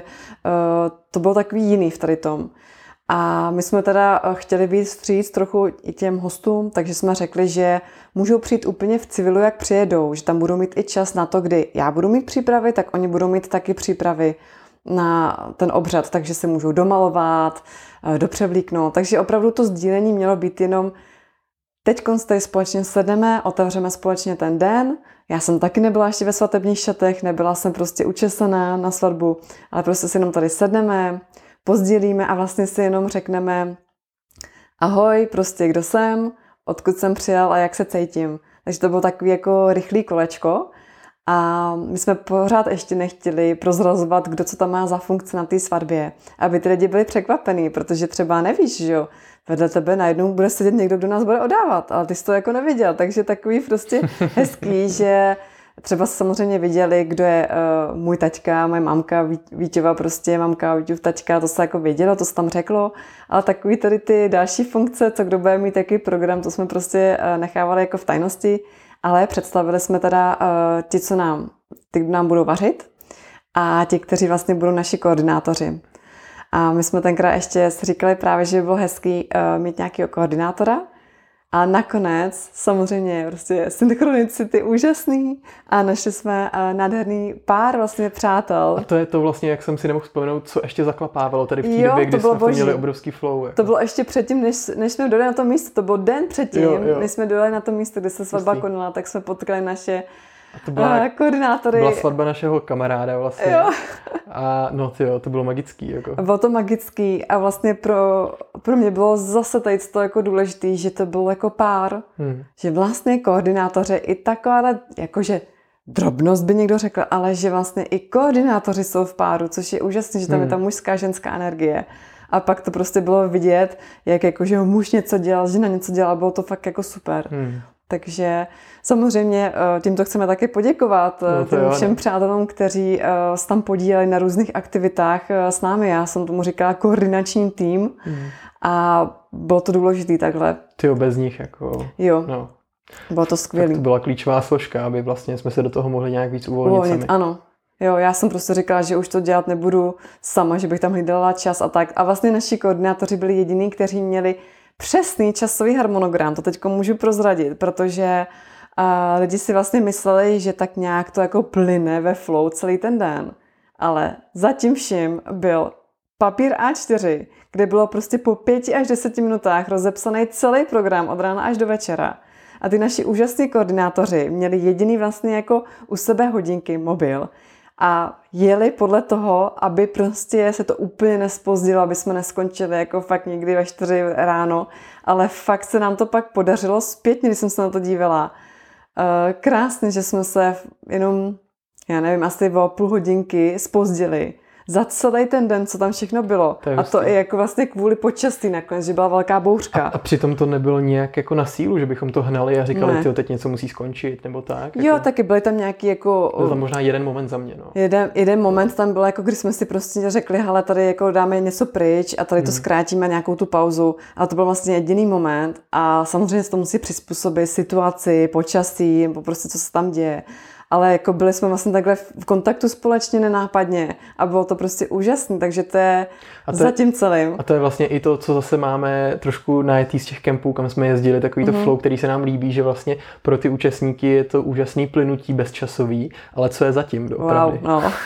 to bylo takový jiný v tady tom. A my jsme teda chtěli být vstříc trochu i těm hostům, takže jsme řekli, že můžou přijít úplně v civilu, jak přijedou, že tam budou mít i čas na to, kdy já budu mít přípravy, tak oni budou mít taky přípravy na ten obřad, takže se můžou domalovat, dopřevlíknout. Takže opravdu to sdílení mělo být jenom teď tady společně sedneme, otevřeme společně ten den. Já jsem taky nebyla ještě ve svatebních šatech, nebyla jsem prostě učesaná na svatbu, ale prostě si jenom tady sedneme, pozdílíme a vlastně si jenom řekneme ahoj, prostě kdo jsem, odkud jsem přijel a jak se cítím. Takže to bylo takový jako rychlý kolečko a my jsme pořád ještě nechtěli prozrazovat, kdo co tam má za funkci na té svatbě, aby ty lidi byli překvapení, protože třeba nevíš, že jo, vedle tebe najednou bude sedět někdo, kdo nás bude odávat, ale ty jsi to jako neviděl, takže takový prostě hezký, že třeba samozřejmě viděli, kdo je můj taťka, moje mamka, Vítěva prostě, mamka, Vítěv taťka, to se jako vědělo, to se tam řeklo, ale takový tady ty další funkce, co kdo bude mít jaký program, to jsme prostě nechávali jako v tajnosti, ale představili jsme teda ti, co nám budou vařit a ti, kteří vlastně budou naši koordinátoři. A my jsme tenkrát ještě si říkali právě, že by bylo hezký mít nějakého koordinátora. A nakonec samozřejmě prostě synchronicity úžasný a našli jsme nádherný pár vlastně přátel. A to je to vlastně, jak jsem si nemohl vzpomenout, co ještě zaklapávalo tady v té době, kdy jsme měli obrovský flow. Jako. To bylo ještě předtím, než jsme dojeli na to místo, to byl den předtím, než jsme dojeli na to místo, kde se svatba konala, tak jsme potkali naše to byla, koordinátory. To byla svatba našeho kamaráda vlastně. Jo. A no to bylo magický. Jako. Bylo to magický a vlastně pro mě bylo zase tady to jako důležitý, že to bylo jako pár. Že vlastně koordinátoři i taková, jakože drobnost by někdo řekl, ale že vlastně i koordinátoři jsou v páru, což je úžasné, že tam je ta mužská, ženská energie. A pak to prostě bylo vidět, jak jakože muž něco dělal, žena něco dělala, bylo to fakt jako super. Takže samozřejmě tímto chceme také poděkovat těm všem přátelům, kteří se tam podíleli na různých aktivitách s námi. Já jsem tomu říkala koordinační tým a bylo to důležitý takhle. Ty bez nich jako... Jo, no. Bylo to skvělé. To byla klíčová složka, aby vlastně jsme se do toho mohli nějak víc uvolnit sami. Ano. Jo, já jsem prostě říkala, že už to dělat nebudu sama, že bych tam hlídala čas a tak. A vlastně naši koordinátoři byli jediní, kteří měli přesný časový harmonogram, to teďko můžu prozradit, protože lidi si vlastně mysleli, že tak nějak to jako plyne ve flow celý ten den. Ale zatím vším byl papír A4, kde bylo prostě po 5 až 10 minutách rozepsaný celý program od rána až do večera. A ty naši úžasní koordinátoři měli jediný vlastně jako u sebe hodinky, mobil, a jeli podle toho, aby prostě se to úplně nespozdilo, aby jsme neskončili jako fakt někdy ve 4 ráno, ale fakt se nám to pak podařilo zpětně, když jsem se na to dívala. Krásně, že jsme se jenom, já nevím, asi o půl hodinky zpozdili za celý ten den, co tam všechno bylo. A to i jako vlastně kvůli počasí nakonec, že byla velká bouřka. A přitom to nebylo nějak jako na sílu, že bychom to hnali a říkali, tyjo, teď něco musí skončit, nebo tak? Jo, jako... taky byly tam nějaký jako... Byl tam možná jeden moment za mě, no. Jeden moment tam byl, jako když jsme si prostě řekli, hele, tady jako dáme něco pryč a tady to zkrátíme nějakou tu pauzu. Ale to byl vlastně jediný moment a samozřejmě se to musí přizpůsobit situaci, počasí, nebo prostě co se tam děje. Ale jako byli jsme vlastně takhle v kontaktu společně nenápadně a bylo to prostě úžasné, takže to je za tím celým. A to je vlastně i to, co zase máme trošku najetý z těch kempů, kam jsme jezdili, takový to flow, který se nám líbí, že vlastně pro ty účastníky je to úžasný plynutí bezčasový, ale co je zatím doopravdy. Wow, no.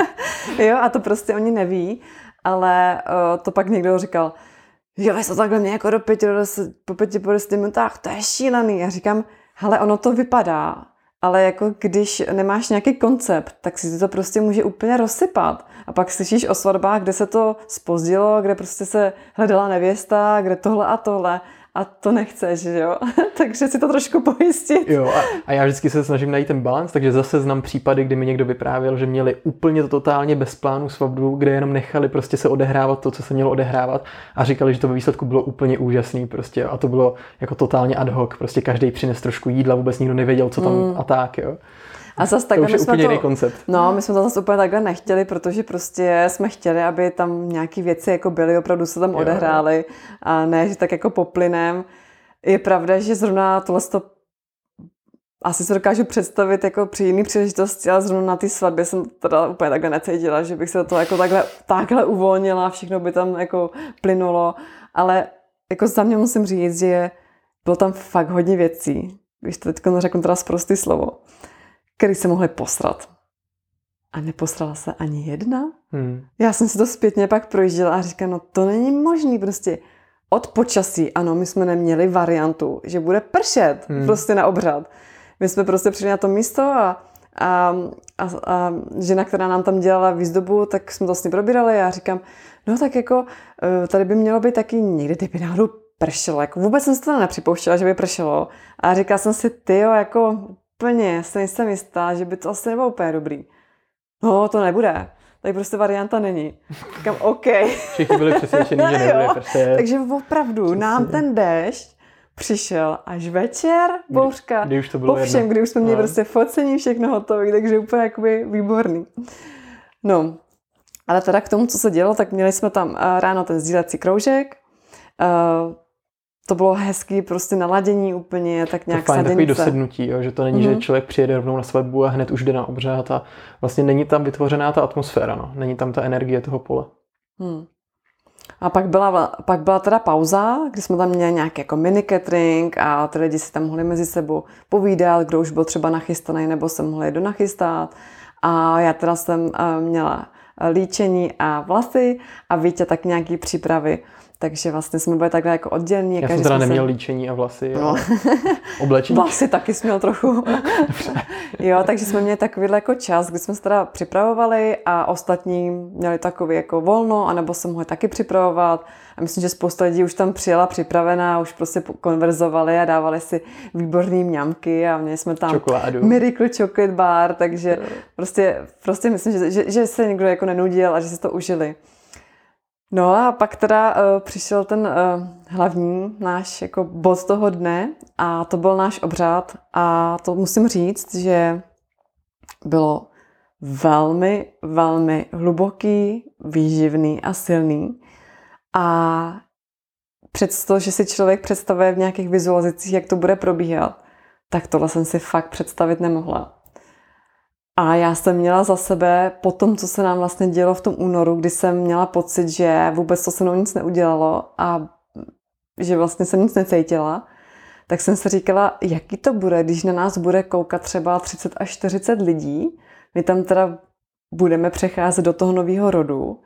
Jo, a to prostě oni neví, ale to pak někdo říkal, jo, vy to takhle mě jako po 5 minutách, to je šílený. Já říkám, hele, ono to vypadá, ale jako když nemáš nějaký koncept, tak si to prostě může úplně rozsypat. A pak slyšíš o svatbách, kde se to zpozdilo, kde prostě se hledala nevěsta, kde tohle a tohle. a to nechceš, že jo? Takže si to trošku pojistit. Jo, a já vždycky se snažím najít ten balans, takže zase znám případy, kdy mi někdo vyprávěl, že měli úplně to totálně bez plánu svatbu, kde jenom nechali prostě se odehrávat to, co se mělo odehrávat a říkali, že to ve výsledku bylo úplně úžasný prostě a to bylo jako totálně ad hoc, prostě každý přines trošku jídla, vůbec nikdo nevěděl, co tam a tak, jo. A zase takhle to už je úplně jiný koncept. No, my jsme to zase úplně takhle nechtěli, protože prostě jsme chtěli, aby tam nějaký věci jako byly, opravdu se tam odehrály a ne, že tak jako poplynem. Je pravda, že zrovna tohleto asi se dokážu představit jako při jiný příležitosti, ale zrovna na té svatbě jsem teda úplně takhle necítila, že bych se to jako takhle uvolnila, všechno by tam jako plynulo, ale jako za mě musím říct, že bylo tam fakt hodně věcí, když to teď řeknu teda sprostý slovo, který se mohli posrat. A neposrala se ani jedna. Já jsem si to zpětně pak projížděla a říkala, no to není možný prostě. Od počasí, ano, my jsme neměli variantu, že bude pršet prostě na obřad. My jsme prostě přišli na to místo a žena, která nám tam dělala výzdobu, tak jsme to vlastně probírali a já říkám, no tak jako tady by mělo být taky někdy, kdyby náhodou pršelo. Jako vůbec jsem si to nepřipouštěla, že by pršelo. A říkala jsem si, tyjo, jako úplně se nejsem jistá, že by to asi nebylo úplně dobrý. No, to nebude. Tady prostě varianta není. Říkám, OK. Všichni byli přesvědčení, že nebude pršet. Takže opravdu přesně. Nám ten déšť přišel až večer, bouřka. Kdy už to bylo jedno. Kdy už jsme měli prostě focení, všechno hotové, takže úplně jakoby výborný. No, ale teda k tomu, co se dělo, tak měli jsme tam ráno ten sdílecí kroužek. To bylo hezký prostě naladění úplně, tak nějak sadenice. Takový dosednutí, jo? Že to není, že člověk přijede rovnou na svatbu a hned už jde na obřad a vlastně není tam vytvořená ta atmosféra, no. Není tam ta energie toho pole. A pak byla teda pauza, kdy jsme tam měli nějaký jako mini catering a ty lidi si tam mohli mezi sebou povídat, kdo už byl třeba nachystaný nebo se mohli donachystat. A já teda jsem měla líčení a vlasy a Vítě tak nějaký přípravy. Takže vlastně jsme byli takhle jako oddělení. Já jsem teda neměl líčení a vlasy. No. Oblečení. Vlasy taky jsme měl trochu. Jo, takže jsme měli takovýhle jako čas, kdy jsme se teda připravovali a ostatní měli takový jako volno, anebo se mohli taky připravovat. A myslím, že spousta lidí už tam přijela připravená, už prostě konverzovali a dávali si výborný mňamky a měli jsme tam čokoládu. Miracle Chocolate Bar, takže prostě myslím, že se někdo jako nenudil a že si to užili. No a pak teda přišel ten hlavní náš jako bod toho dne a to byl náš obřad a to musím říct, že bylo velmi, velmi hluboký, výživný a silný a přesto, že si člověk představuje v nějakých vizualizacích, jak to bude probíhat, tak tohle jsem si fakt představit nemohla. A já jsem měla za sebe po tom, co se nám vlastně dělo v tom únoru, kdy jsem měla pocit, že vůbec to se mnou nic neudělalo a že vlastně jsem nic necítila, tak jsem si říkala, jaký to bude, když na nás bude koukat třeba 30 až 40 lidí. My tam teda budeme přecházet do toho nového rodu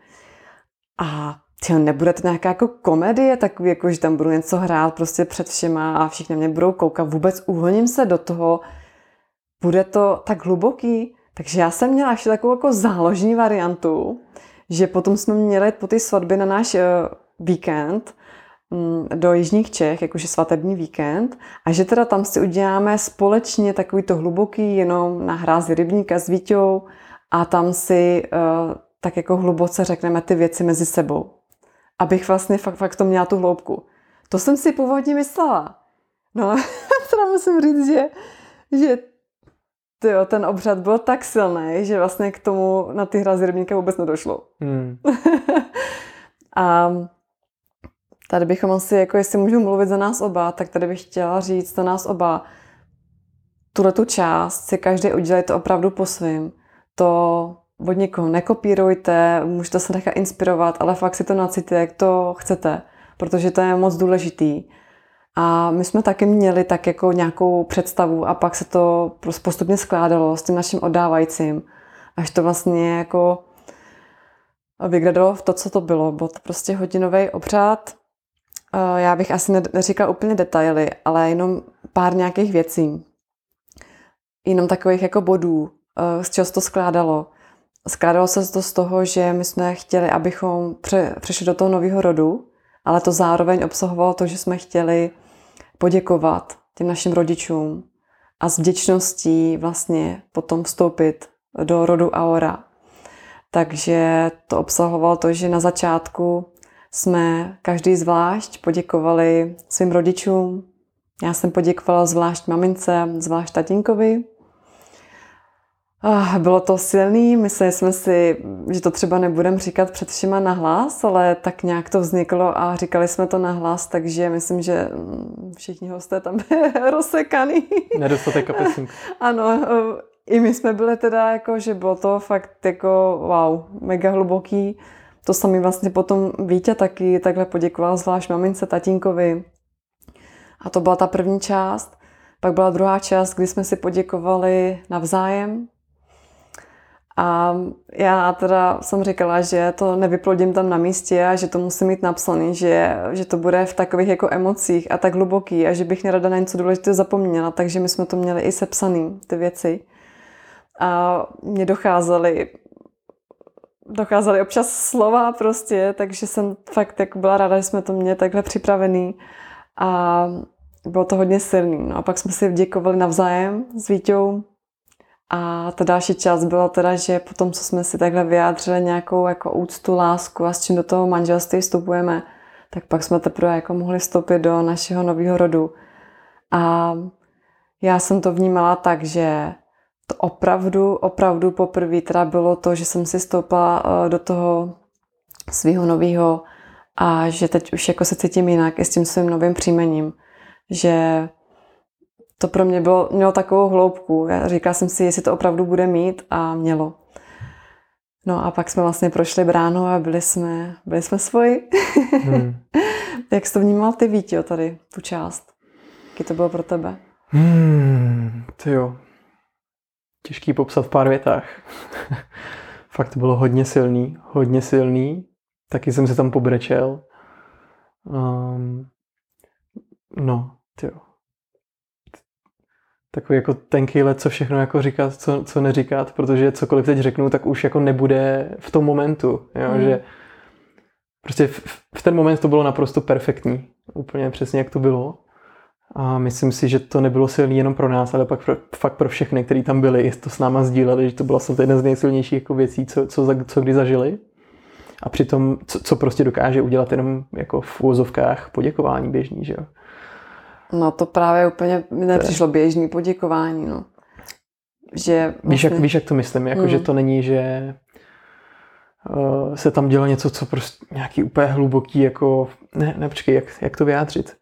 a nebude to nějaká jako komedie, takový jako, že tam budu něco hrát prostě před všema a všichni mě budou koukat. Vůbec uvolním se do toho, bude to tak hluboký. Takže já jsem měla ještě takovou jako záložní variantu, že potom jsme měli po té svatbě na náš víkend do Jižních Čech, jakože svatební víkend, a že teda tam si uděláme společně takový to hluboký, jenom na hrázi rybníka s Víťou a tam si tak jako hluboce řekneme ty věci mezi sebou. Abych vlastně fakt to měla tu hloubku. To jsem si původně myslela. No, teda musím říct, že ten obřad byl tak silný, že vlastně k tomu na ty hrázi rybníka vůbec nedošlo. A tady bychom asi, jako jestli můžu mluvit za nás oba, tak tady bych chtěla říct za nás oba, tuhletu část si každý udělejte opravdu po svým. To od někoho nekopírujte, můžete se nechat inspirovat, ale fakt si to nacítíte, jak to chcete, protože to je moc důležitý. A my jsme taky měli tak jako nějakou představu a pak se to postupně skládalo s tím naším oddávajícím, až to vlastně jako vygradalo v to, co to bylo. Byl to prostě hodinový obřad. Já bych asi neříkala úplně detaily, ale jenom pár nějakých věcí. Jenom takových jako bodů, z čeho se to skládalo. Skládalo se to z toho, že my jsme chtěli, abychom přešli do toho nového rodu ale to zároveň obsahovalo to, že jsme chtěli poděkovat těm našim rodičům a s vděčností vlastně potom vstoupit do rodu Aura. Takže to obsahovalo to, že na začátku jsme každý zvlášť poděkovali svým rodičům. Já jsem poděkovala zvlášť mamince, zvlášť tatínkovi. Bylo to silný, mysleli jsme si, že to třeba nebudeme říkat před všema nahlas, ale tak nějak to vzniklo a říkali jsme to nahlas, takže myslím, že všichni hosté tam byli rozsekaný. Nedostatek kapesník. Ano, i my jsme byli teda, jako, že bylo to fakt jako wow, mega hluboký. To sami vlastně potom Vítě taky takhle poděkoval zvlášť mamince, tatínkovi. A to byla ta první část. Pak byla druhá část, kdy jsme si poděkovali navzájem. A já teda jsem říkala, že to nevyplodím tam na místě a že to musím mít napsaný, že to bude v takových jako emocích a tak hluboký a že bych nerada na něco důležitého zapomněla, takže my jsme to měli i sepsaný, ty věci. A mě docházely občas slova prostě, takže jsem fakt jako byla ráda, že jsme to měli takhle připravený a bylo to hodně silný. No a pak jsme si děkovali navzájem s Víťou. A ta další část byla teda, že potom, co jsme si takhle vyjádřili nějakou jako úctu, lásku a s čím do toho manželství vstupujeme, tak pak jsme teprve jako mohli vstoupit do našeho nového rodu. A já jsem to vnímala tak, že to opravdu poprvé teda bylo to, že jsem si stoupla do toho svého nového a že teď už jako se cítím jinak i s tím svým novým příjmením. Že to pro mě mělo takovou hloubku. Já říkala jsem si, jestli to opravdu bude mít a mělo. No a pak jsme vlastně prošli bránou a byli jsme svoji. Jak jsi to vnímal ty, Vítě, tady tu část? Jaký to bylo pro tebe? To jo. Těžký popsat v pár větách. Fakt to bylo hodně silný. Taky jsem se tam pobrečel. No, jo. Takový jako tenký led, co všechno jako říkat, co neříkat, protože cokoliv teď řeknu, tak už jako nebude v tom momentu, jo, že prostě v ten moment to bylo naprosto perfektní, úplně přesně jak to bylo a myslím si, že to nebylo silný jenom pro nás, ale fakt pro všechny, kteří tam byli, to s náma sdíleli, že to byla jedna z nejsilnějších jako věcí, co kdy zažili a přitom, co prostě dokáže udělat jenom jako v úvozovkách poděkování běžný, že jo. No to právě úplně nepřišlo běžný poděkování, no. Že vlastně... víš, jak to myslím, jako, že to není, že se tam dělo něco, co prostě nějaký úplně hluboký, jako, počkej, jak to vyjádřit?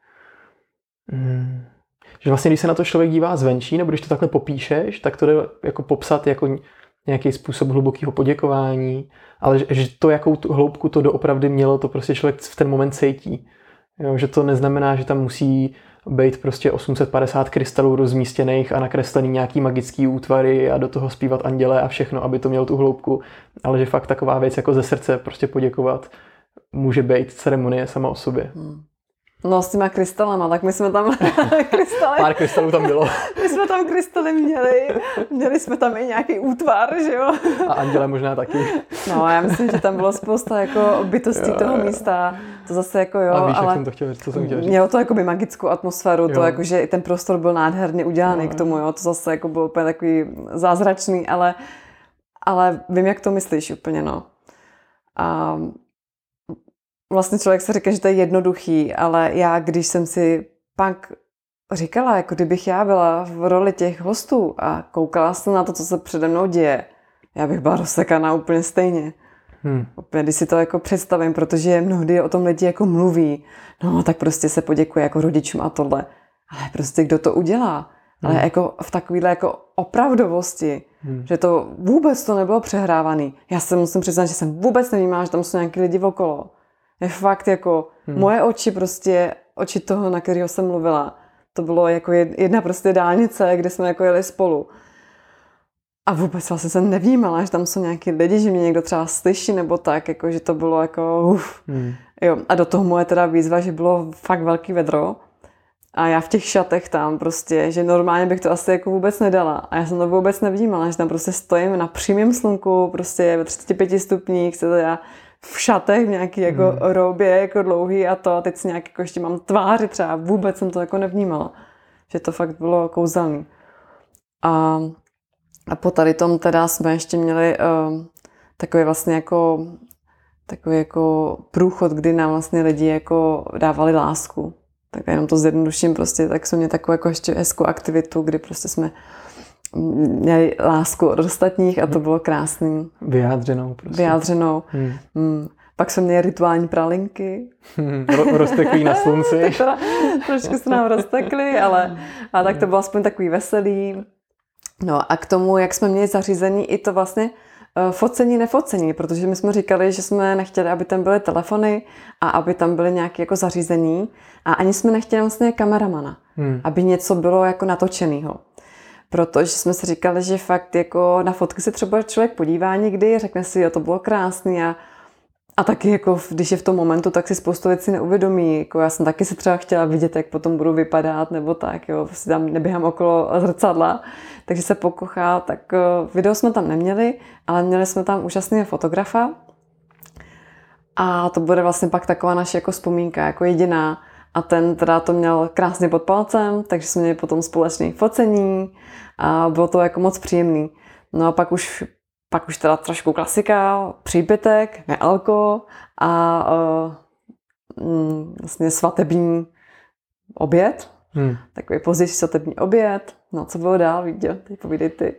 Že vlastně, když se na to člověk dívá zvenčí, nebo když to takhle popíšeš, tak to jde jako popsat jako nějaký způsob hlubokého poděkování, ale že to, jakou tu hloubku to doopravdy mělo, to prostě člověk v ten moment cítí. Jo, že to neznamená, že tam musí být prostě 850 krystalů rozmístěných a nakreslený nějaký magický útvary a do toho zpívat anděle a všechno, aby to mělo tu hloubku, ale že fakt taková věc jako ze srdce prostě poděkovat může být ceremonie sama o sobě. No s těma krystalama, tak my jsme tam Pár krystalů tam bylo. My jsme tam krystaly měli jsme tam i nějaký útvar, že jo? A anděle možná taky. No já myslím, že tam bylo spousta jako bytostí toho místa, to zase jako jo, a víš, ale jak jsem to chtěl říct, co jsem chtěl říct. Mělo to jakoby magickou atmosféru, to jako, že i ten prostor byl nádherně udělaný k tomu, jo, to zase jako bylo úplně takový zázračný, ale vím, jak to myslíš úplně, no. A vlastně člověk se říká, že to je jednoduchý, ale já, když jsem si pak říkala, jako kdybych já byla v roli těch hostů a koukala jsem na to, co se přede mnou děje, já bych byla rozsekaná úplně stejně. Opět, když si to jako představím, protože mnohdy o tom lidi jako mluví, no tak prostě se poděkuje jako rodičům a tohle. Ale prostě kdo to udělá? Ale jako v takovýhle jako opravdovosti, že to vůbec to nebylo přehrávaný. Já se musím přiznat, že jsem vůbec nevnímala, že tam jsou nějaký lidi okolo. Je fakt jako moje oči prostě, oči toho, na kterého jsem mluvila, to bylo jako jedna prostě dálnice, kde jsme jako jeli spolu. A vůbec vlastně jsem nevnímala, že tam jsou nějaký lidi, že mě někdo třeba slyší nebo tak, jako, že to bylo jako Jo. A do toho moje teda výzva, že bylo fakt velký vedro a já v těch šatech tam prostě, že normálně bych to asi jako vůbec nedala. A já jsem to vůbec nevnímala, že tam prostě stojím na přímém slunku, prostě ve 35 stupních, se teda v šatech, v nějaký jako roubě, jako dlouhý a to. Teď si nějak jako ještě mám tváři třeba. Vůbec jsem to jako nevnímala. Že to fakt bylo kouzelný. A po tady tom teda jsme ještě měli takový vlastně jako takový jako průchod, kdy nám vlastně lidi jako dávali lásku. Tak jenom to zjednoduším prostě, tak jsme měli takovou jako ještě hezkou aktivitu, kdy prostě jsme měli lásku od ostatních a to bylo krásný. Vyjádřenou prostě. Vyjádřenou. Pak jsme měli rituální pralinky. Rozteklý na slunci. Trošku se nám roztekly, ale tak to bylo aspoň takový veselý. No a k tomu, jak jsme měli zařízení i to vlastně focení, nefocení, protože my jsme říkali, že jsme nechtěli, aby tam byly telefony a aby tam byly nějaké jako zařízení a ani jsme nechtěli vlastně kameramana, aby něco bylo jako natočenýho. Protože jsme si říkali, že fakt jako na fotky se třeba člověk podívá někdy, řekne si, jo, to bylo krásný a taky jako, když je v tom momentu, tak si spoustu věcí neuvědomí. Jako já jsem taky se třeba chtěla vidět, jak potom budu vypadat, nebo tak, jo, prostě tam neběhám okolo zrcadla, takže se pokochá, tak video jsme tam neměli, ale měli jsme tam úžasného fotografa a to bude vlastně pak taková naše jako vzpomínka, jako jediná a ten teda to měl krásně pod palcem, takže jsme měli potom společné focení a bylo to jako moc příjemný. No a pak už teda trošku klasika, přípitek, nealko a vlastně svatební oběd. Takový pozdější svatební oběd. No, co bylo dál, Víďo? Teď povídej ty.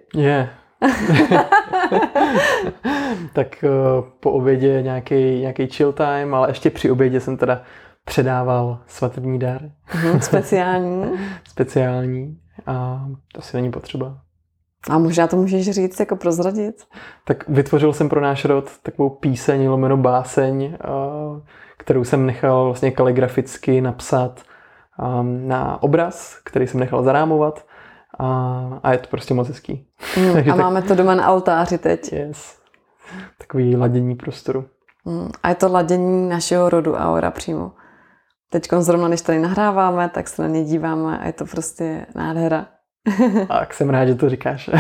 Tak po obědě nějaký chill time, ale ještě při obědě jsem teda předával svatební dar. Speciální. A to si není potřeba. A možná to můžeš říct, jako prozradit? Tak vytvořil jsem pro náš rod takovou píseň, lomeno báseň, kterou jsem nechal vlastně kaligraficky napsat na obraz, který jsem nechal zarámovat a je to prostě moc hezký. A máme to doma na altáři teď. Yes. Takový ladění prostoru. A je to ladění našeho rodu Aura přímo. Teďko zrovna, když tady nahráváme, tak se na ně díváme a je to prostě nádhera. Tak jsem rád, že to říkáš.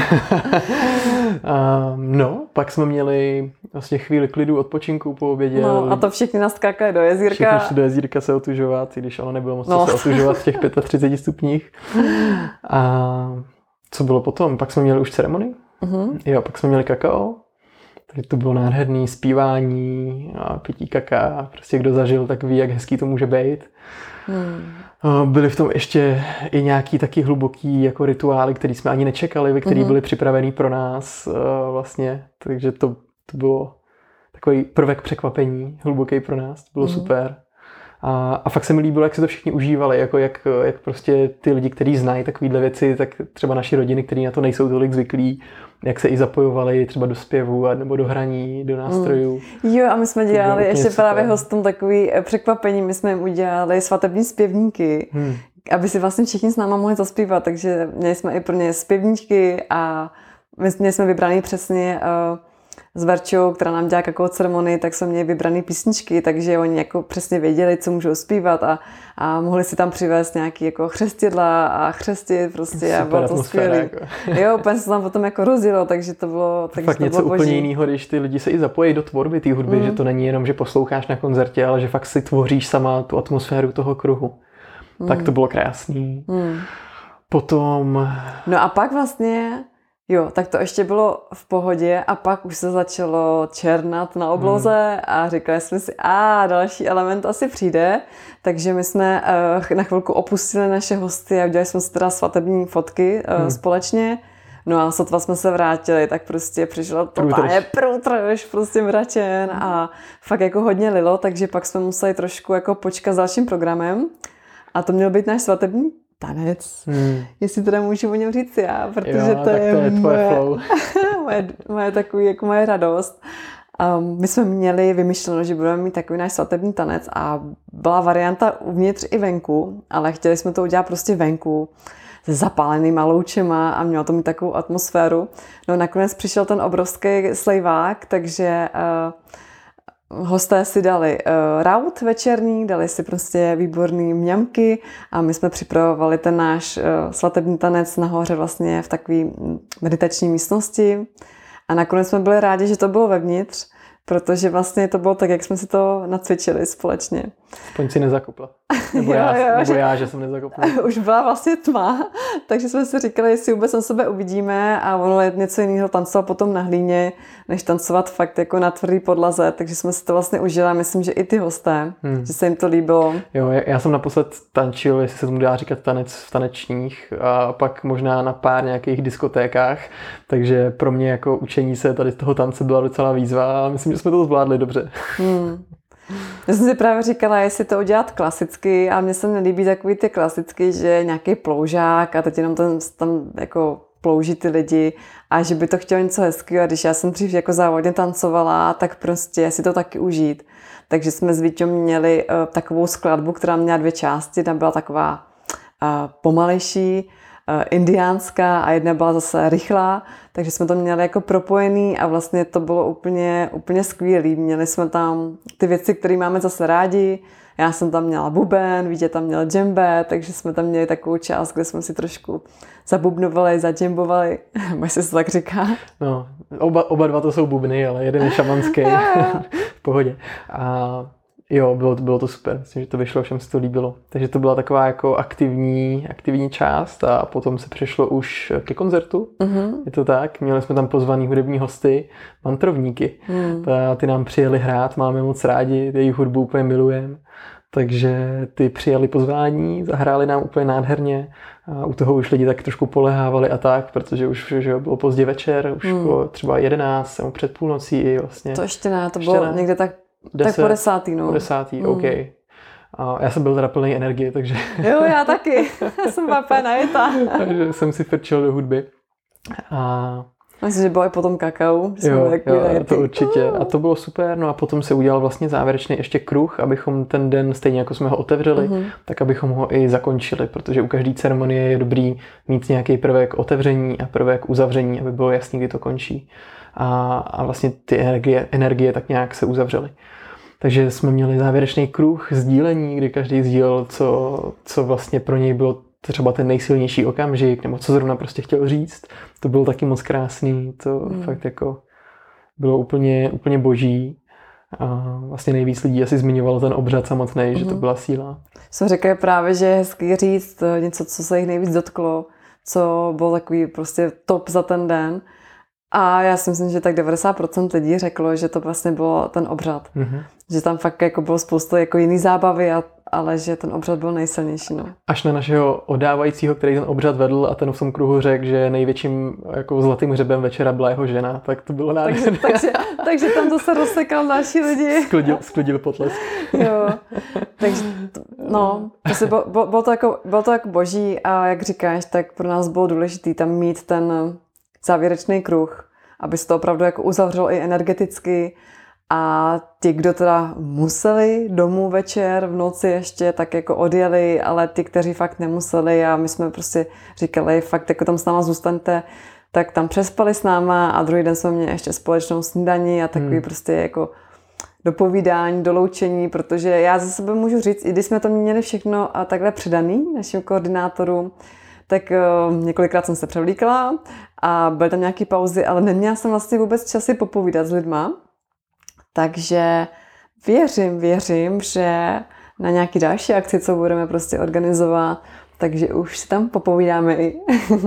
No, pak jsme měli vlastně chvíli klidu, odpočinku po obědě. No a to všichni naskákali do jezírka. Všichni do jezírka se otužovat, i když ono nebylo moc se otužovat v těch 35 stupních. A co bylo potom? Pak jsme měli už ceremonii. Jo, pak jsme měli kakao. Takže to bylo nádherný zpívání a pití kaká. Prostě kdo zažil, tak ví, jak hezký to může být. Byly v tom ještě i nějaký taky hluboký jako rituály, který jsme ani nečekali, ve který byly připravený pro nás vlastně. Takže to bylo takový prvek překvapení, hluboký pro nás. To bylo super. A fakt se mi líbilo, jak se to všichni užívali, jako jak prostě ty lidi, kteří znají takovýhle věci, tak třeba naši rodiny, kteří na to nejsou tolik zvyklí, jak se i zapojovali třeba do zpěvu nebo do hraní, do nástrojů. Jo, a my jsme dělali ještě právě hostům takový překvapení, my jsme jim udělali svatební zpěvníky, aby si vlastně všichni s náma mohli zaspívat, takže měli jsme i pro ně zpěvníčky a my jsme vybraný přesně s Verčou, která nám dělá takovou ceremonii, tak jsme měli vybrané písničky, takže oni jako přesně věděli, co můžou zpívat a mohli si tam přivést nějaký jako chřestidla a chřestit prostě a bylo to skvělé. Jako. Jo, úplně se tam potom jako rozjelo, takže to bylo takže fakt to něco bylo úplně jiného, když ty lidi se i zapojí do tvorby té hudby, že to není jenom, že posloucháš na koncertě, ale že fakt si tvoříš sama tu atmosféru toho kruhu. Tak to bylo krásný. Potom... No a pak vlastně... Jo, tak to ještě bylo v pohodě a pak už se začalo černat na obloze a říkali jsme si, další element asi přijde, takže my jsme na chvilku opustili naše hosty a udělali jsme si teda svatební fotky společně. No a sotva jsme se vrátili, tak prostě přišlo totálně průtrž, prostě mračen a fakt jako hodně lilo, takže pak jsme museli trošku jako počkat s dalším programem a to měl být náš svatební tanec. Jestli teda můžu o něm říct já, protože to je moje takový, jako moje radost. My jsme měli vymyšleno, že budeme mít takový náš svatební tanec a byla varianta uvnitř i venku, ale chtěli jsme to udělat prostě venku se zapálenýma loučema a mělo to mít takovou atmosféru. No nakonec přišel ten obrovský slejvák, takže hosté si dali raut večerní, dali si prostě výborný mňamky a my jsme připravovali ten náš svatební tanec nahoře vlastně v takové meditační místnosti a nakonec jsme byli rádi, že to bylo vevnitř, protože vlastně to bylo tak, jak jsme si to nacvičili společně. Aspoň si nezakopla. Nebo já, že jsem nezakopla. Už byla vlastně tma, takže jsme si říkali, jestli vůbec na sebe uvidíme a ono je něco jiného tancovat potom na hlíně, než tancovat fakt jako na tvrdý podlaze, takže jsme si to vlastně užili. Myslím, že i ty hosté, že se jim to líbilo. Jo, já jsem naposled tančil, jestli se tomu dá říkat tanec v tanečních a pak možná na pár nějakých diskotékách, takže pro mě jako učení se tady z toho tance byla docela výzva a myslím, že jsme to zvládli dobře. Já jsem si právě říkala, jestli to udělat klasicky a mně se nelíbí takový ty klasicky, že nějaký ploužák a teď jenom tam jako plouží ty lidi a že by to chtělo něco hezkého a když já jsem dřív jako závodně tancovala, tak prostě si to taky užít. Takže jsme s Víťou měli takovou skladbu, která měla 2 části, tam byla taková pomalejší, indiánská a jedna byla zase rychlá, takže jsme to měli jako propojený a vlastně to bylo úplně skvělý. Měli jsme tam ty věci, které máme zase rádi. Já jsem tam měla buben, Vítě tam měl džembe, takže jsme tam měli takovou část, kde jsme si trošku zabubnovali, zadžembovali, jestli se tak říká. No, oba dva to jsou bubny, ale jeden je šamanský. V pohodě. A jo, bylo to super, myslím, že to vyšlo, všem se to líbilo. Takže to byla taková jako aktivní část a potom se přešlo už ke koncertu. Je to tak, měli jsme tam pozvaný hudební hosty, mantrovníky. Ty nám přijeli hrát, máme moc rádi, jejich hudbu úplně milujeme. Takže ty přijali pozvání, zahráli nám úplně nádherně a u toho už lidi tak trošku polehávali a tak, protože už že bylo pozdě večer, už bylo třeba 11, nebo před půlnocí i vlastně. To ještě ne, to bylo někde tak 10, po 10, OK. A já jsem byl teda plný energie, takže... Jo, já taky. Já jsem byla úplně najetá. Takže jsem si frčel do hudby. Myslím, že bylo i potom kakao. Jo, to určitě. A to bylo super. No a potom se udělal vlastně závěrečný ještě kruh, abychom ten den, stejně jako jsme ho otevřeli, tak abychom ho i zakončili, protože u každé ceremonie je dobrý mít nějaký prvek otevření a prvek uzavření, aby bylo jasný, kdy to končí. A vlastně ty energie tak nějak se uzavřely. Takže jsme měli závěrečný kruh sdílení, kdy každý sdílel, co vlastně pro něj bylo třeba ten nejsilnější okamžik, nebo co zrovna prostě chtěl říct. To bylo taky moc krásný, to fakt jako bylo úplně boží. A vlastně nejvíc lidí asi zmiňovalo ten obřad samotný, že to byla síla. Jsem řekla právě, že je hezký říct něco, co se jich nejvíc dotklo, co bylo takový prostě top za ten den. A já si myslím, že tak 90% lidí řeklo, že to vlastně bylo ten obřad. Že tam fakt jako bylo spoustu jako jiný zábavy, ale že ten obřad byl nejsilnější. No. Až na našeho oddávajícího, který ten obřad vedl a ten v tom kruhu řekl, že největším jako zlatým hřebem večera byla jeho žena, tak to bylo nádherné. Takže tam to se rozsekal další lidi. Sklidil potlesk. Jo, takže bylo to jako boží a jak říkáš, tak pro nás bylo důležité tam mít ten závěrečný kruh, aby se to opravdu jako uzavřelo i energeticky a ti, kdo teda museli domů večer, v noci ještě, tak jako odjeli, ale ti, kteří fakt nemuseli a my jsme prostě říkali, fakt jako tam s náma zůstaňte, tak tam přespali s náma a druhý den jsme měli ještě společnou snídani a takový prostě jako dopovídání, doloučení, protože já za sebe můžu říct, i když jsme to měli všechno a takhle předaný našim koordinátorům, tak několikrát jsem se převlíkla a byly tam nějaké pauzy, ale neměla jsem vlastně vůbec časy popovídat s lidma. Takže věřím, že na nějaký další akci, co budeme prostě organizovat, takže už si tam popovídáme i.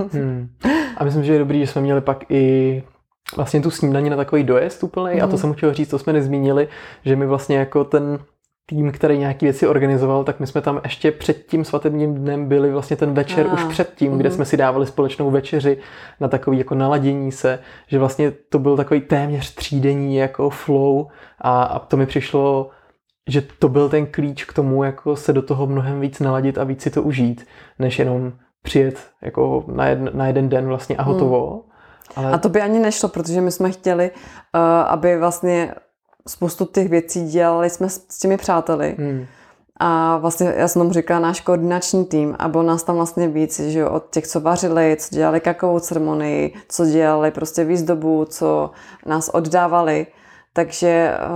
A myslím, že je dobrý, že jsme měli pak i vlastně tu snídaní na takový dojezd úplnej a to jsem chtěl říct, to jsme nezmínili, že my vlastně jako ten tým, který nějaký věci organizoval, tak my jsme tam ještě před tím svatebním dnem byli vlastně ten večer už předtím, kde jsme si dávali společnou večeři na takový jako naladění se, že vlastně to byl takový téměř třídenní jako flow a to mi přišlo, že to byl ten klíč k tomu jako se do toho mnohem víc naladit a víc si to užít, než jenom přijet jako na jeden den vlastně a hotovo. Ale... A to by ani nešlo, protože my jsme chtěli, aby vlastně spoustu těch věcí dělali jsme s těmi přáteli. A vlastně, já jsem tomu říkala, náš koordinační tým a bylo nás tam vlastně víc, že jo, od těch, co vařili, co dělali kakaovou ceremonii, co dělali prostě výzdobu, co nás oddávali. Takže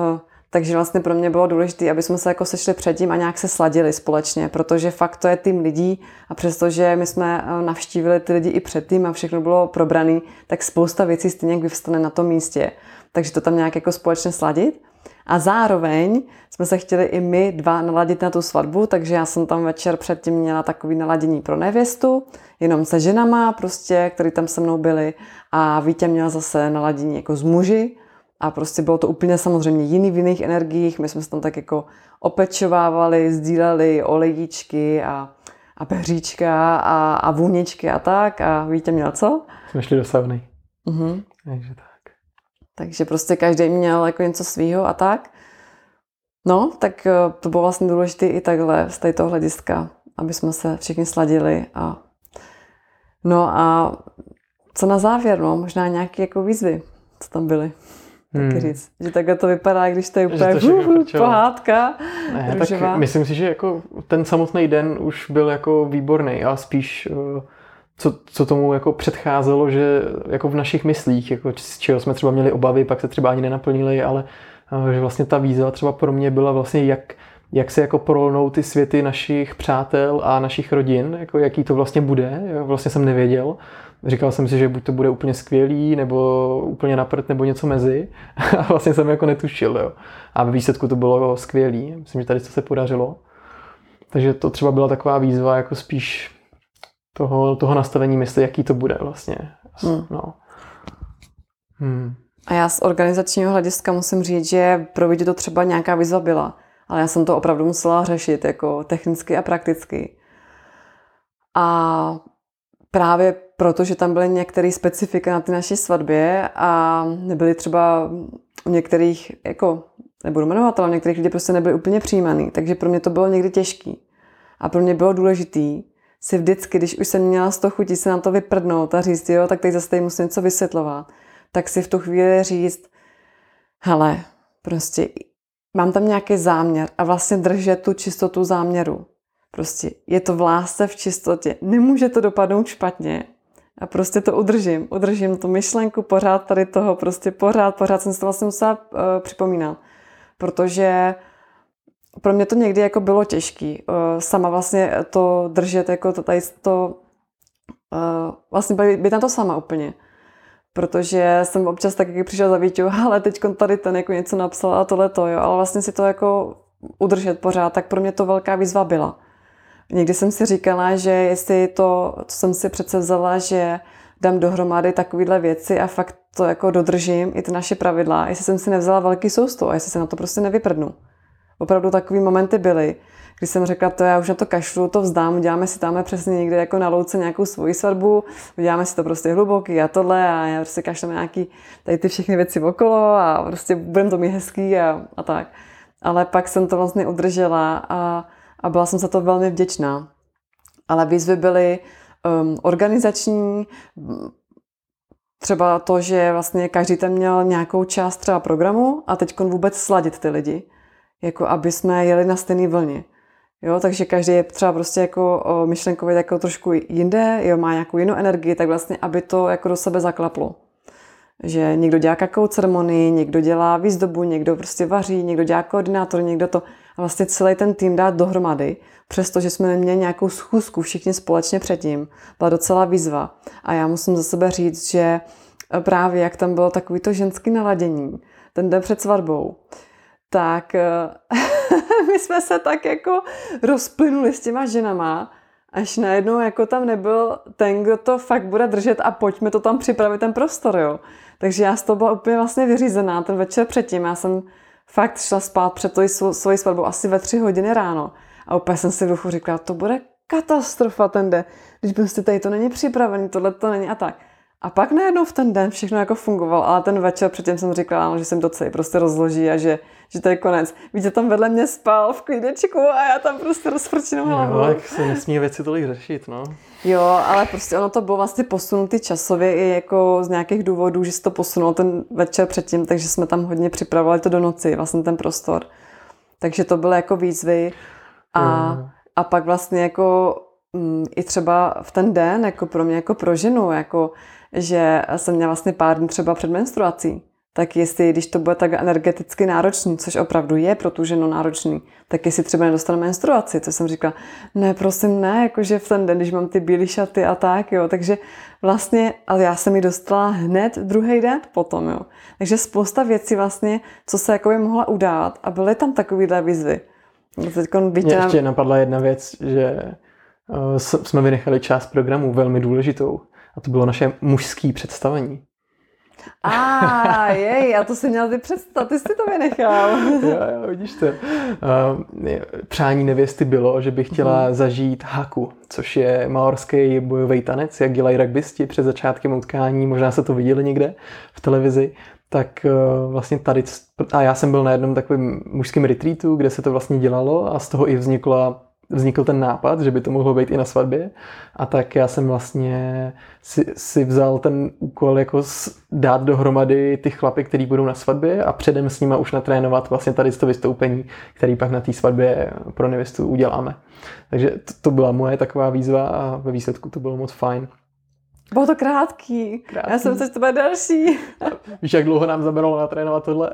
Takže vlastně pro mě bylo důležité, aby jsme se jako sešli předtím a nějak se sladili společně, protože fakt to je tým lidí a přestože my jsme navštívili ty lidi i předtím a všechno bylo probrané, tak spousta věcí stejně vyvstane na tom místě. Takže to tam nějak jako společně sladit. A zároveň jsme se chtěli i my dva naladit na tu svatbu, takže já jsem tam večer předtím měla takový naladění pro nevěstu, jenom se ženama prostě, který tam se mnou byli, a Vítě měl zase naladění jako s muži a prostě bylo to úplně samozřejmě jiný v jiných energiích. My jsme se tam tak jako opečovávali, sdíleli olejíčky a behříčka a vůničky a tak, a Vítě měl co? Jsme šli do sauny. Mhm. Takže tak. Takže prostě každý měl jako něco svýho a tak. No, tak to bylo vlastně důležité i takhle z této hlediska, aby jsme se všichni sladili. No a co na závěr, no, možná nějaké jako výzvy, co tam byly. Taky říct, že takhle to vypadá, když to je úplně pohádka. Ne, tak myslím si, že jako ten samotný den už byl jako výborný a spíš co tomu jako předcházelo, že jako v našich myslích, jako z čeho jsme třeba měli obavy, pak se třeba ani nenaplnili, ale že vlastně ta výzva třeba pro mě byla vlastně jak se jako prolnou ty světy našich přátel a našich rodin, jako jaký to vlastně bude, vlastně jsem nevěděl. Říkal jsem si, že buď to bude úplně skvělý, nebo úplně na prd, nebo něco mezi. A vlastně jsem jako netušil, jo. A ve výsledku to bylo skvělý. Myslím, že tady to se podařilo. Takže to třeba byla taková výzva, jako spíš toho nastavení mysli, jaký to bude vlastně. No. A já z organizačního hlediska musím říct, že pro Vítu to třeba nějaká výzva byla. Ale já jsem to opravdu musela řešit jako technicky a prakticky. A právě proto, že tam byly některé specifika na ty naší svatbě a nebyly třeba u některých, jako nebudu jmenovat, ale některých lidí prostě nebyly úplně přijímaný. Takže pro mě to bylo někdy těžký. A pro mě bylo důležitý si vždycky, když už jsem měla z toho chutí se na to vyprdnout a říct, jo, tak teď zase tady musím něco vysvětlovat, tak si v tu chvíli říct, hele, prostě mám tam nějaký záměr a vlastně držet tu čistotu záměru. Prostě je to v lásce, v čistotě. Nemůže to dopadnout špatně. A prostě to udržím tu myšlenku pořád tady toho, prostě pořád jsem si to vlastně musela připomínat. Protože pro mě to někdy jako bylo těžký. Sama vlastně to držet, jako vlastně být na to sama úplně. Protože jsem občas taky přišla za Víťou, ale teď tady ten jako něco napsal a tohleto, jo, ale vlastně si to jako udržet pořád, tak pro mě to velká výzva byla. Někdy jsem si říkala, že jestli to, co jsem si přece vzala, že dám dohromady takovýhle věci a fakt to jako dodržím, i ty naše pravidla, jestli jsem si nevzala velký sousto a jestli se na to prostě nevyprdnu. Opravdu takový momenty byly, kdy jsem řekla, to já už na to kašlu, to vzdám, uděláme si tam přesně někde jako na louce nějakou svoji svatbu, uděláme si to prostě hluboký a tohle a já prostě kašlem nějaký tady ty všechny věci okolo a prostě budeme to mít hezký a tak. Ale pak jsem to vlastně udržela a byla jsem za to velmi vděčná. Ale výzvy byly organizační, třeba to, že vlastně každý tam měl nějakou část třeba programu a teď vůbec sladit ty lidi, jako aby jsme jeli na stejné vlně. Jo, takže každý je třeba prostě jako myšlenkově jako trošku jinde, jo, má nějakou jinou energii, tak vlastně, aby to jako do sebe zaklaplo. Že někdo dělá kakou ceremonii, někdo dělá výzdobu, někdo prostě vaří, někdo dělá koordinátor, někdo to. A vlastně celý ten tým dát dohromady, přestože jsme neměli nějakou schůzku všichni společně předtím, byla docela výzva. A já musím za sebe říct, že právě jak tam bylo takový to ženský naladění, ten den před svatbou, tak my jsme se tak jako rozplynuli s těma ženama, až najednou jako tam nebyl ten, kdo to fakt bude držet a pojďme to tam připravit ten prostor, jo. Takže já z toho byla úplně vlastně vyřízená ten večer předtím. Já jsem fakt šla spát před svojí svatbou asi ve 3 hodiny ráno a úplně jsem si v duchu říkala, to bude katastrofa ten den, když prostě tady to není připravený, tohle to není a tak. A pak najednou v ten den všechno jako fungovalo, ale ten večer předtím jsem říkala, že jsem to celý prostě rozloží a že to je konec. Víte, tam vedle mě spal v klídečku a já tam prostě rozfrčenou hlavou. Jo, tak se nesmí věci tolik řešit, no. Jo, ale prostě ono to bylo vlastně posunutý časově i jako z nějakých důvodů, že se to posunulo ten večer předtím, takže jsme tam hodně připravovali to do noci, vlastně ten prostor. Takže to byly jako výzvy a pak vlastně jako i třeba v ten den, jako pro mě, jako pro ženu, jako že jsem měla vlastně pár dní třeba před menstruací, tak jestli, když to bude tak energeticky náročný, což opravdu je pro tu ženu náročný, tak jestli třeba nedostane menstruaci, to jsem říkala, ne, prosím, ne, jakože v ten den, když mám ty bílé šaty a tak, jo, takže vlastně, ale já jsem ji dostala hned druhý den potom, jo. Takže spousta věcí vlastně, co se jakoby mohla udát a byly tam takovýhle výzvy. Mě ještě napadla jedna věc, že jsme vynechali část programu velmi důležitou a to bylo naše mužské představení. Jej, a to si měl ty představit, ty jsi to vynechal. Jo, vidíš to. Přání nevěsty bylo, že by chtěla zažít haku, což je maorský bojový tanec, jak dělají rugbysti před začátkem utkání, možná se to viděli někde v televizi, tak vlastně tady, a já jsem byl na jednom takovém mužském retreatu, kde se to vlastně dělalo a z toho i vznikl ten nápad, že by to mohlo být i na svatbě. A tak já jsem vlastně si vzal ten úkol jako dát dohromady ty chlapy, který budou na svatbě a předem s nima už natrénovat vlastně tady to vystoupení, který pak na té svatbě pro nevěstu uděláme. Takže to byla moje taková výzva a ve výsledku to bylo moc fajn. Bylo to krátký. Já jsem se, že to bude další. Víš, jak dlouho nám zabralo natrénovat tohle?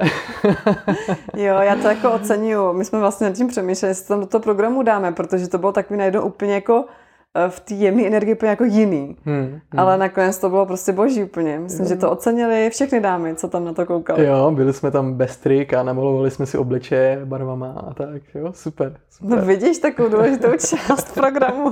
Jo, já to jako oceňuju. My jsme vlastně nad tím přemýšleli, jestli tam do toho programu dáme, protože to bylo takový najednou úplně jako v té jemné energii úplně jako jiný. Ale nakonec to bylo prostě boží úplně. Myslím, že to ocenili všechny dámy, co tam na to koukali. Jo, byli jsme tam bez trik a namalovali jsme si obličeje barvama a tak. Jo, super. No vidíš takovou důležitou část programu.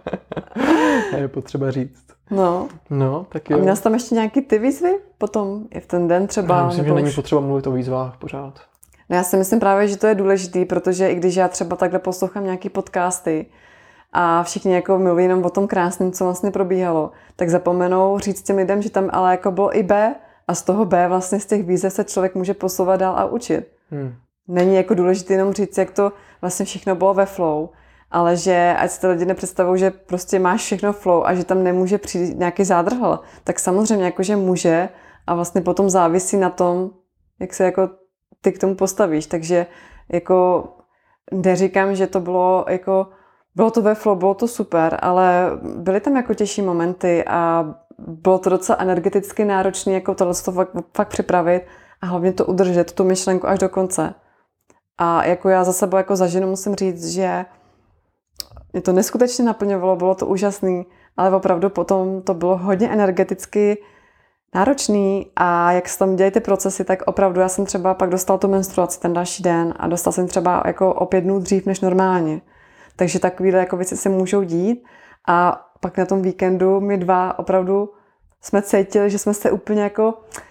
Je potřeba říct. No, tak jo. A měl jsi tam ještě nějaký ty výzvy? Potom i v ten den třeba? Já myslím, že není potřeba mluvit o výzvách pořád. No, já si myslím právě, že to je důležitý, protože i když já třeba takhle poslouchám nějaký podcasty a všichni jako mluví jenom o tom krásném, co vlastně probíhalo, tak zapomenou říct těm lidem, že tam ale jako bylo i B a z toho B vlastně z těch výzev se člověk může posouvat dál a učit. Není jako důležité jenom říct, jak to vlastně všechno bylo ve flow, ale že ať si to lidi nepředstavují, že prostě máš všechno flow a že tam nemůže přijít nějaký zádrhel, tak samozřejmě jakože může a vlastně potom závisí na tom, jak se jako ty k tomu postavíš. Takže jako neříkám, že to bylo jako, bylo to ve flow, bylo to super, ale byly tam jako těžší momenty a bylo to docela energeticky náročné jako tohle to fakt připravit a hlavně to udržet, tu myšlenku až do konce. A jako já za sebou jako za ženu musím říct, že mě to neskutečně naplňovalo, bylo to úžasný, ale opravdu potom to bylo hodně energeticky náročný a jak se tam dělají ty procesy, tak opravdu já jsem třeba pak dostala tu menstruaci ten další den a dostala jsem třeba jako o 5 dnů dřív než normálně. Takže takovýhle jako věci se můžou dít a pak na tom víkendu my dva opravdu jsme cítili, že jsme se úplně jako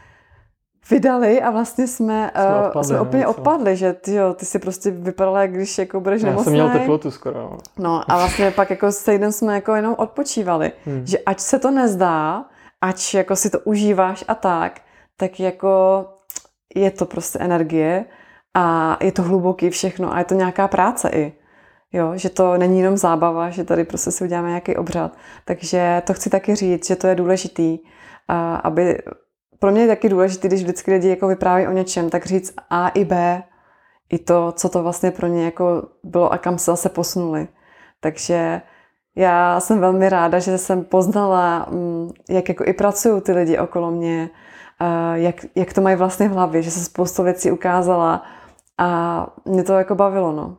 vydali a vlastně jsme úplně odpadli, že ty si prostě vypadala, jak když jako budeš nemocnej. Já jsem měl teplotu skoro. No a vlastně pak jako stejden jsme jako jenom odpočívali, že ať se to nezdá, ať jako si to užíváš a tak jako je to prostě energie a je to hluboký všechno a je to nějaká práce i. Jo, že to není jenom zábava, že tady prostě si uděláme nějaký obřad. Takže to chci taky říct, že to je důležitý, aby pro mě je taky důležité, když vždycky lidi jako vypráví o něčem, tak říct A i B, i to, co to vlastně pro ně jako bylo a kam se zase posunuli. Takže já jsem velmi ráda, že jsem poznala, jak jako i pracují ty lidi okolo mě, jak to mají vlastně v hlavě, že se spoustu věcí ukázala a mě to jako bavilo, no.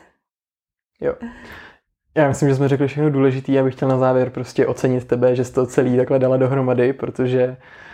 Jo. Já myslím, že jsme řekli všechno důležité. Já bych chtěl na závěr prostě ocenit tebe, že jsi to celý takhle dala dohromady, protože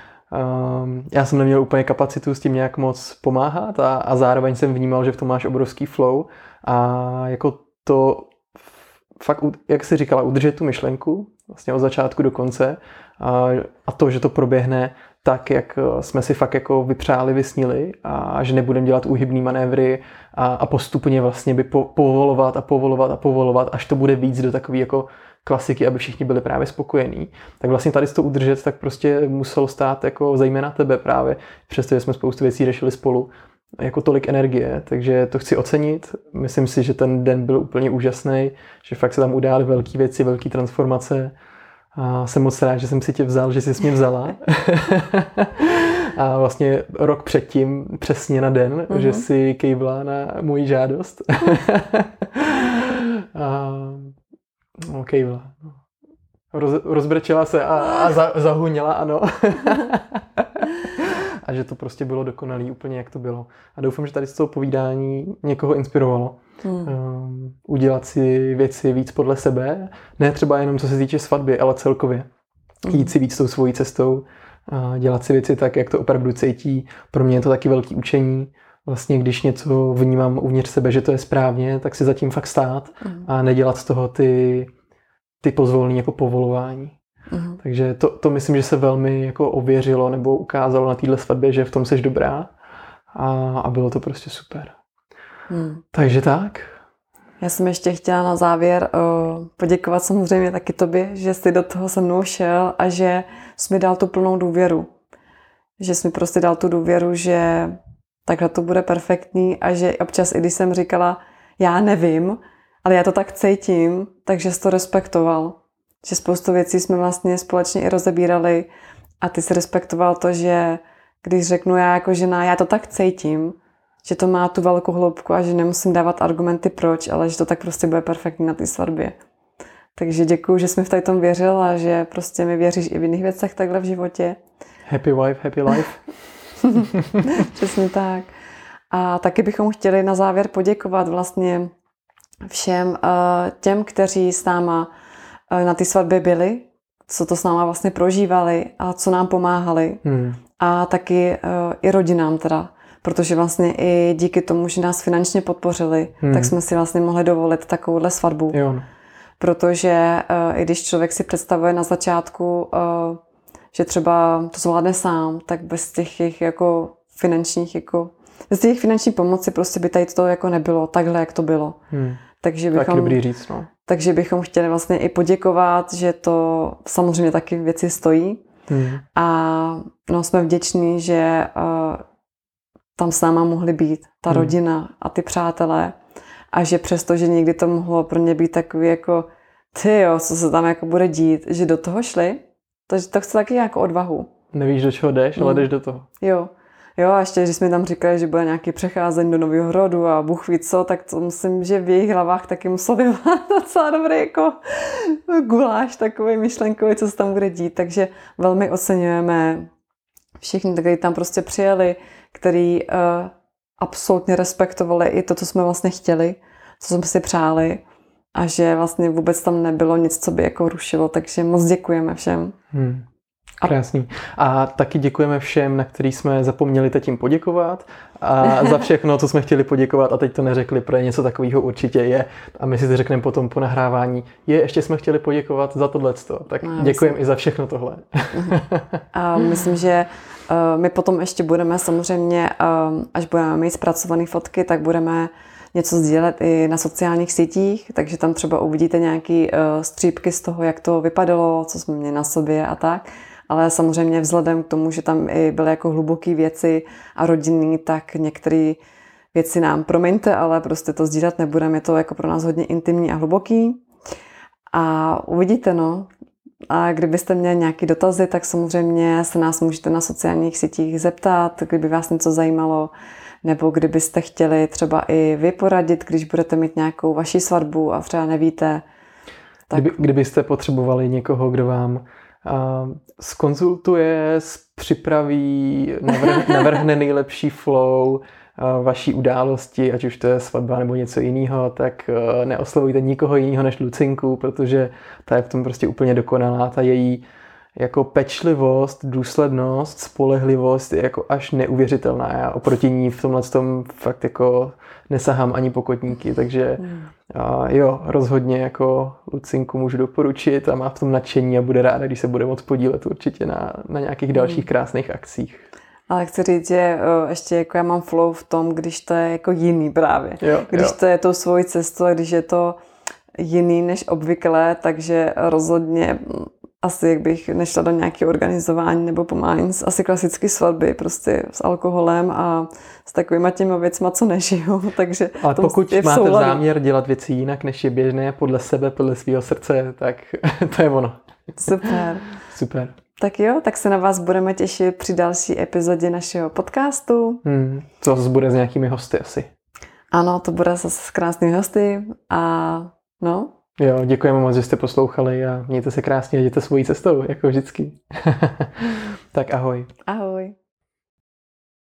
já jsem neměl úplně kapacitu s tím nějak moc pomáhat a zároveň jsem vnímal, že v tom máš obrovský flow a jako to fakt, jak jsi říkala, udržet tu myšlenku vlastně od začátku do konce a to, že to proběhne tak, jak jsme si fakt jako vypřáli, vysnili a že nebudeme dělat úhybný manévry a postupně vlastně by povolovat, až to bude víc do takové jako klasiky, aby všichni byli právě spokojení. Tak vlastně tady to udržet, tak prostě muselo stát jako zejména tebe právě, přestože jsme spoustu věcí řešili spolu, jako tolik energie, takže to chci ocenit. Myslím si, že ten den byl úplně úžasný, že fakt se tam udály velké věci, velké transformace. A jsem moc rád, že jsem si tě vzal, že jsi mě vzala. A vlastně rok předtím, přesně na den, že jsi kejvla na moji žádost. Kejvla. Rozbrečela se a zahuněla, ano. a že to prostě bylo dokonalý úplně, jak to bylo. A doufám, že tady z toho povídání někoho inspirovalo. Udělat si věci víc podle sebe, ne třeba jenom co se týče svatby, ale celkově. Jít si víc tou svojí cestou, dělat si věci tak, jak to opravdu cítí. Pro mě je to taky velký učení. Vlastně, když něco vnímám uvnitř sebe, že to je správně, tak si zatím fakt stát a nedělat z toho ty pozvolný jako povolování. Takže to myslím, že se velmi jako ověřilo nebo ukázalo na téhle svatbě, že v tom seš dobrá a bylo to prostě super. Takže tak. Já jsem ještě chtěla na závěr poděkovat samozřejmě taky tobě, že jsi do toho se mnou šel a že jsi mi dal tu plnou důvěru. Že jsi mi prostě dal tu důvěru, že takhle to bude perfektní a že občas, i když jsem říkala, já nevím, ale já to tak cítím, takže jsi to respektoval. Že spoustu věcí jsme vlastně společně i rozebírali a ty jsi respektoval to, že když řeknu já jako žena, já to tak cítím, že to má tu velkou hloubku a že nemusím dávat argumenty proč, ale že to tak prostě bude perfektní na té svatbě. Takže děkuju, že jsi mi v tom věřil a že prostě mi věříš i v jiných věcech takhle v životě. Happy wife, happy life. Přesně tak. A taky bychom chtěli na závěr poděkovat vlastně všem těm, kteří s náma na té svatbě byli, co to s náma vlastně prožívali a co nám pomáhali. A taky i rodinám teda, protože vlastně i díky tomu, že nás finančně podpořili, tak jsme si vlastně mohli dovolit takovouhle svatbu. Jo. Protože i když člověk si představuje na začátku, že třeba to zvládne sám, tak bez těch jako finančních jako bez těch finanční pomoci prostě by tady to jako nebylo takhle, jak to bylo. Takže bychom, taky dobrý říct, no. Takže bychom chtěli vlastně i poděkovat, že to samozřejmě taky věci stojí. A no, jsme vděční, že tam s náma mohli být ta rodina a ty přátelé. A že přesto, že někdy to mohlo pro ně být takový jako tyjo, co se tam jako bude dít, že do toho šli, to chce taky jako odvahu. Nevíš, do čeho jdeš, ale jdeš do toho. Jo, a ještě, když jsme tam říkali, že bude nějaký přecházení do Nového Hrodu a Bůh ví co, tak to myslím, že v jejich hlavách taky musel vyvolat docela dobrý jako guláš takový myšlenkový, co se tam bude dít. Takže velmi oceňujeme všichni, kteří tam prostě přijeli, kteří absolutně respektovali i to, co jsme vlastně chtěli, co jsme si přáli a že vlastně vůbec tam nebylo nic, co by jako rušilo. Takže moc děkujeme všem. Krásný. A taky děkujeme všem, na který jsme zapomněli teď jim poděkovat a za všechno, co jsme chtěli poděkovat a teď to neřekli, protože něco takového určitě je a my si to řekneme potom po nahrávání. Ještě jsme chtěli poděkovat za tohleto, tak děkujeme i za všechno tohle. A myslím, že my potom ještě budeme samozřejmě, až budeme mít zpracované fotky, tak budeme něco sdílet i na sociálních sítích, takže tam třeba uvidíte nějaké střípky z toho, jak to vypadalo, co jsme měli na sobě a tak. Ale samozřejmě vzhledem k tomu, že tam i byly jako hluboké věci a rodinný, tak některé věci nám promiňte, ale prostě to sdílet nebudeme, je to jako pro nás hodně intimní a hluboký. A uvidíte, no. A kdybyste měli nějaké dotazy, tak samozřejmě se nás můžete na sociálních sítích zeptat, kdyby vás něco zajímalo, nebo kdybyste chtěli třeba i vy poradit, když budete mít nějakou vaši svatbu a třeba nevíte. Tak... Kdybyste potřebovali někoho, kdo vám zkonzultuje, připraví, navrhne nejlepší flow vaší události, ať už to je svatba nebo něco jiného, tak neoslovujte nikoho jiného než Lucinku, protože ta je v tom prostě úplně dokonalá. Ta její jako pečlivost, důslednost, spolehlivost je jako až neuvěřitelná. Já oproti ní v tomhle tom fakt jako nesahám ani po kotníky, takže jo, rozhodně jako Lucinku můžu doporučit a má v tom nadšení a bude ráda, když se bude moct podílet určitě na nějakých dalších krásných akcích. Ale chci říct, že ještě jako já mám flow v tom, když to je jako jiný právě. Když to je tou svojí cestou a když je to jiný než obvykle, takže rozhodně asi jak bych nešla do nějaké organizování nebo pomáhání, asi klasické svatby, prostě s alkoholem a s takovýma těma věcma, co nežijou. Takže ale pokud máte záměr dělat věci jinak, než je běžné, podle sebe, podle svého srdce, tak to je ono. Super. Tak jo, tak se na vás budeme těšit při další epizodě našeho podcastu. To zase bude s nějakými hosty asi. Ano, to bude zase s krásnými hosty a no. Jo, děkujeme moc, že jste poslouchali a mějte se krásně a jděte svojí cestou, jako vždycky. Tak ahoj. Ahoj.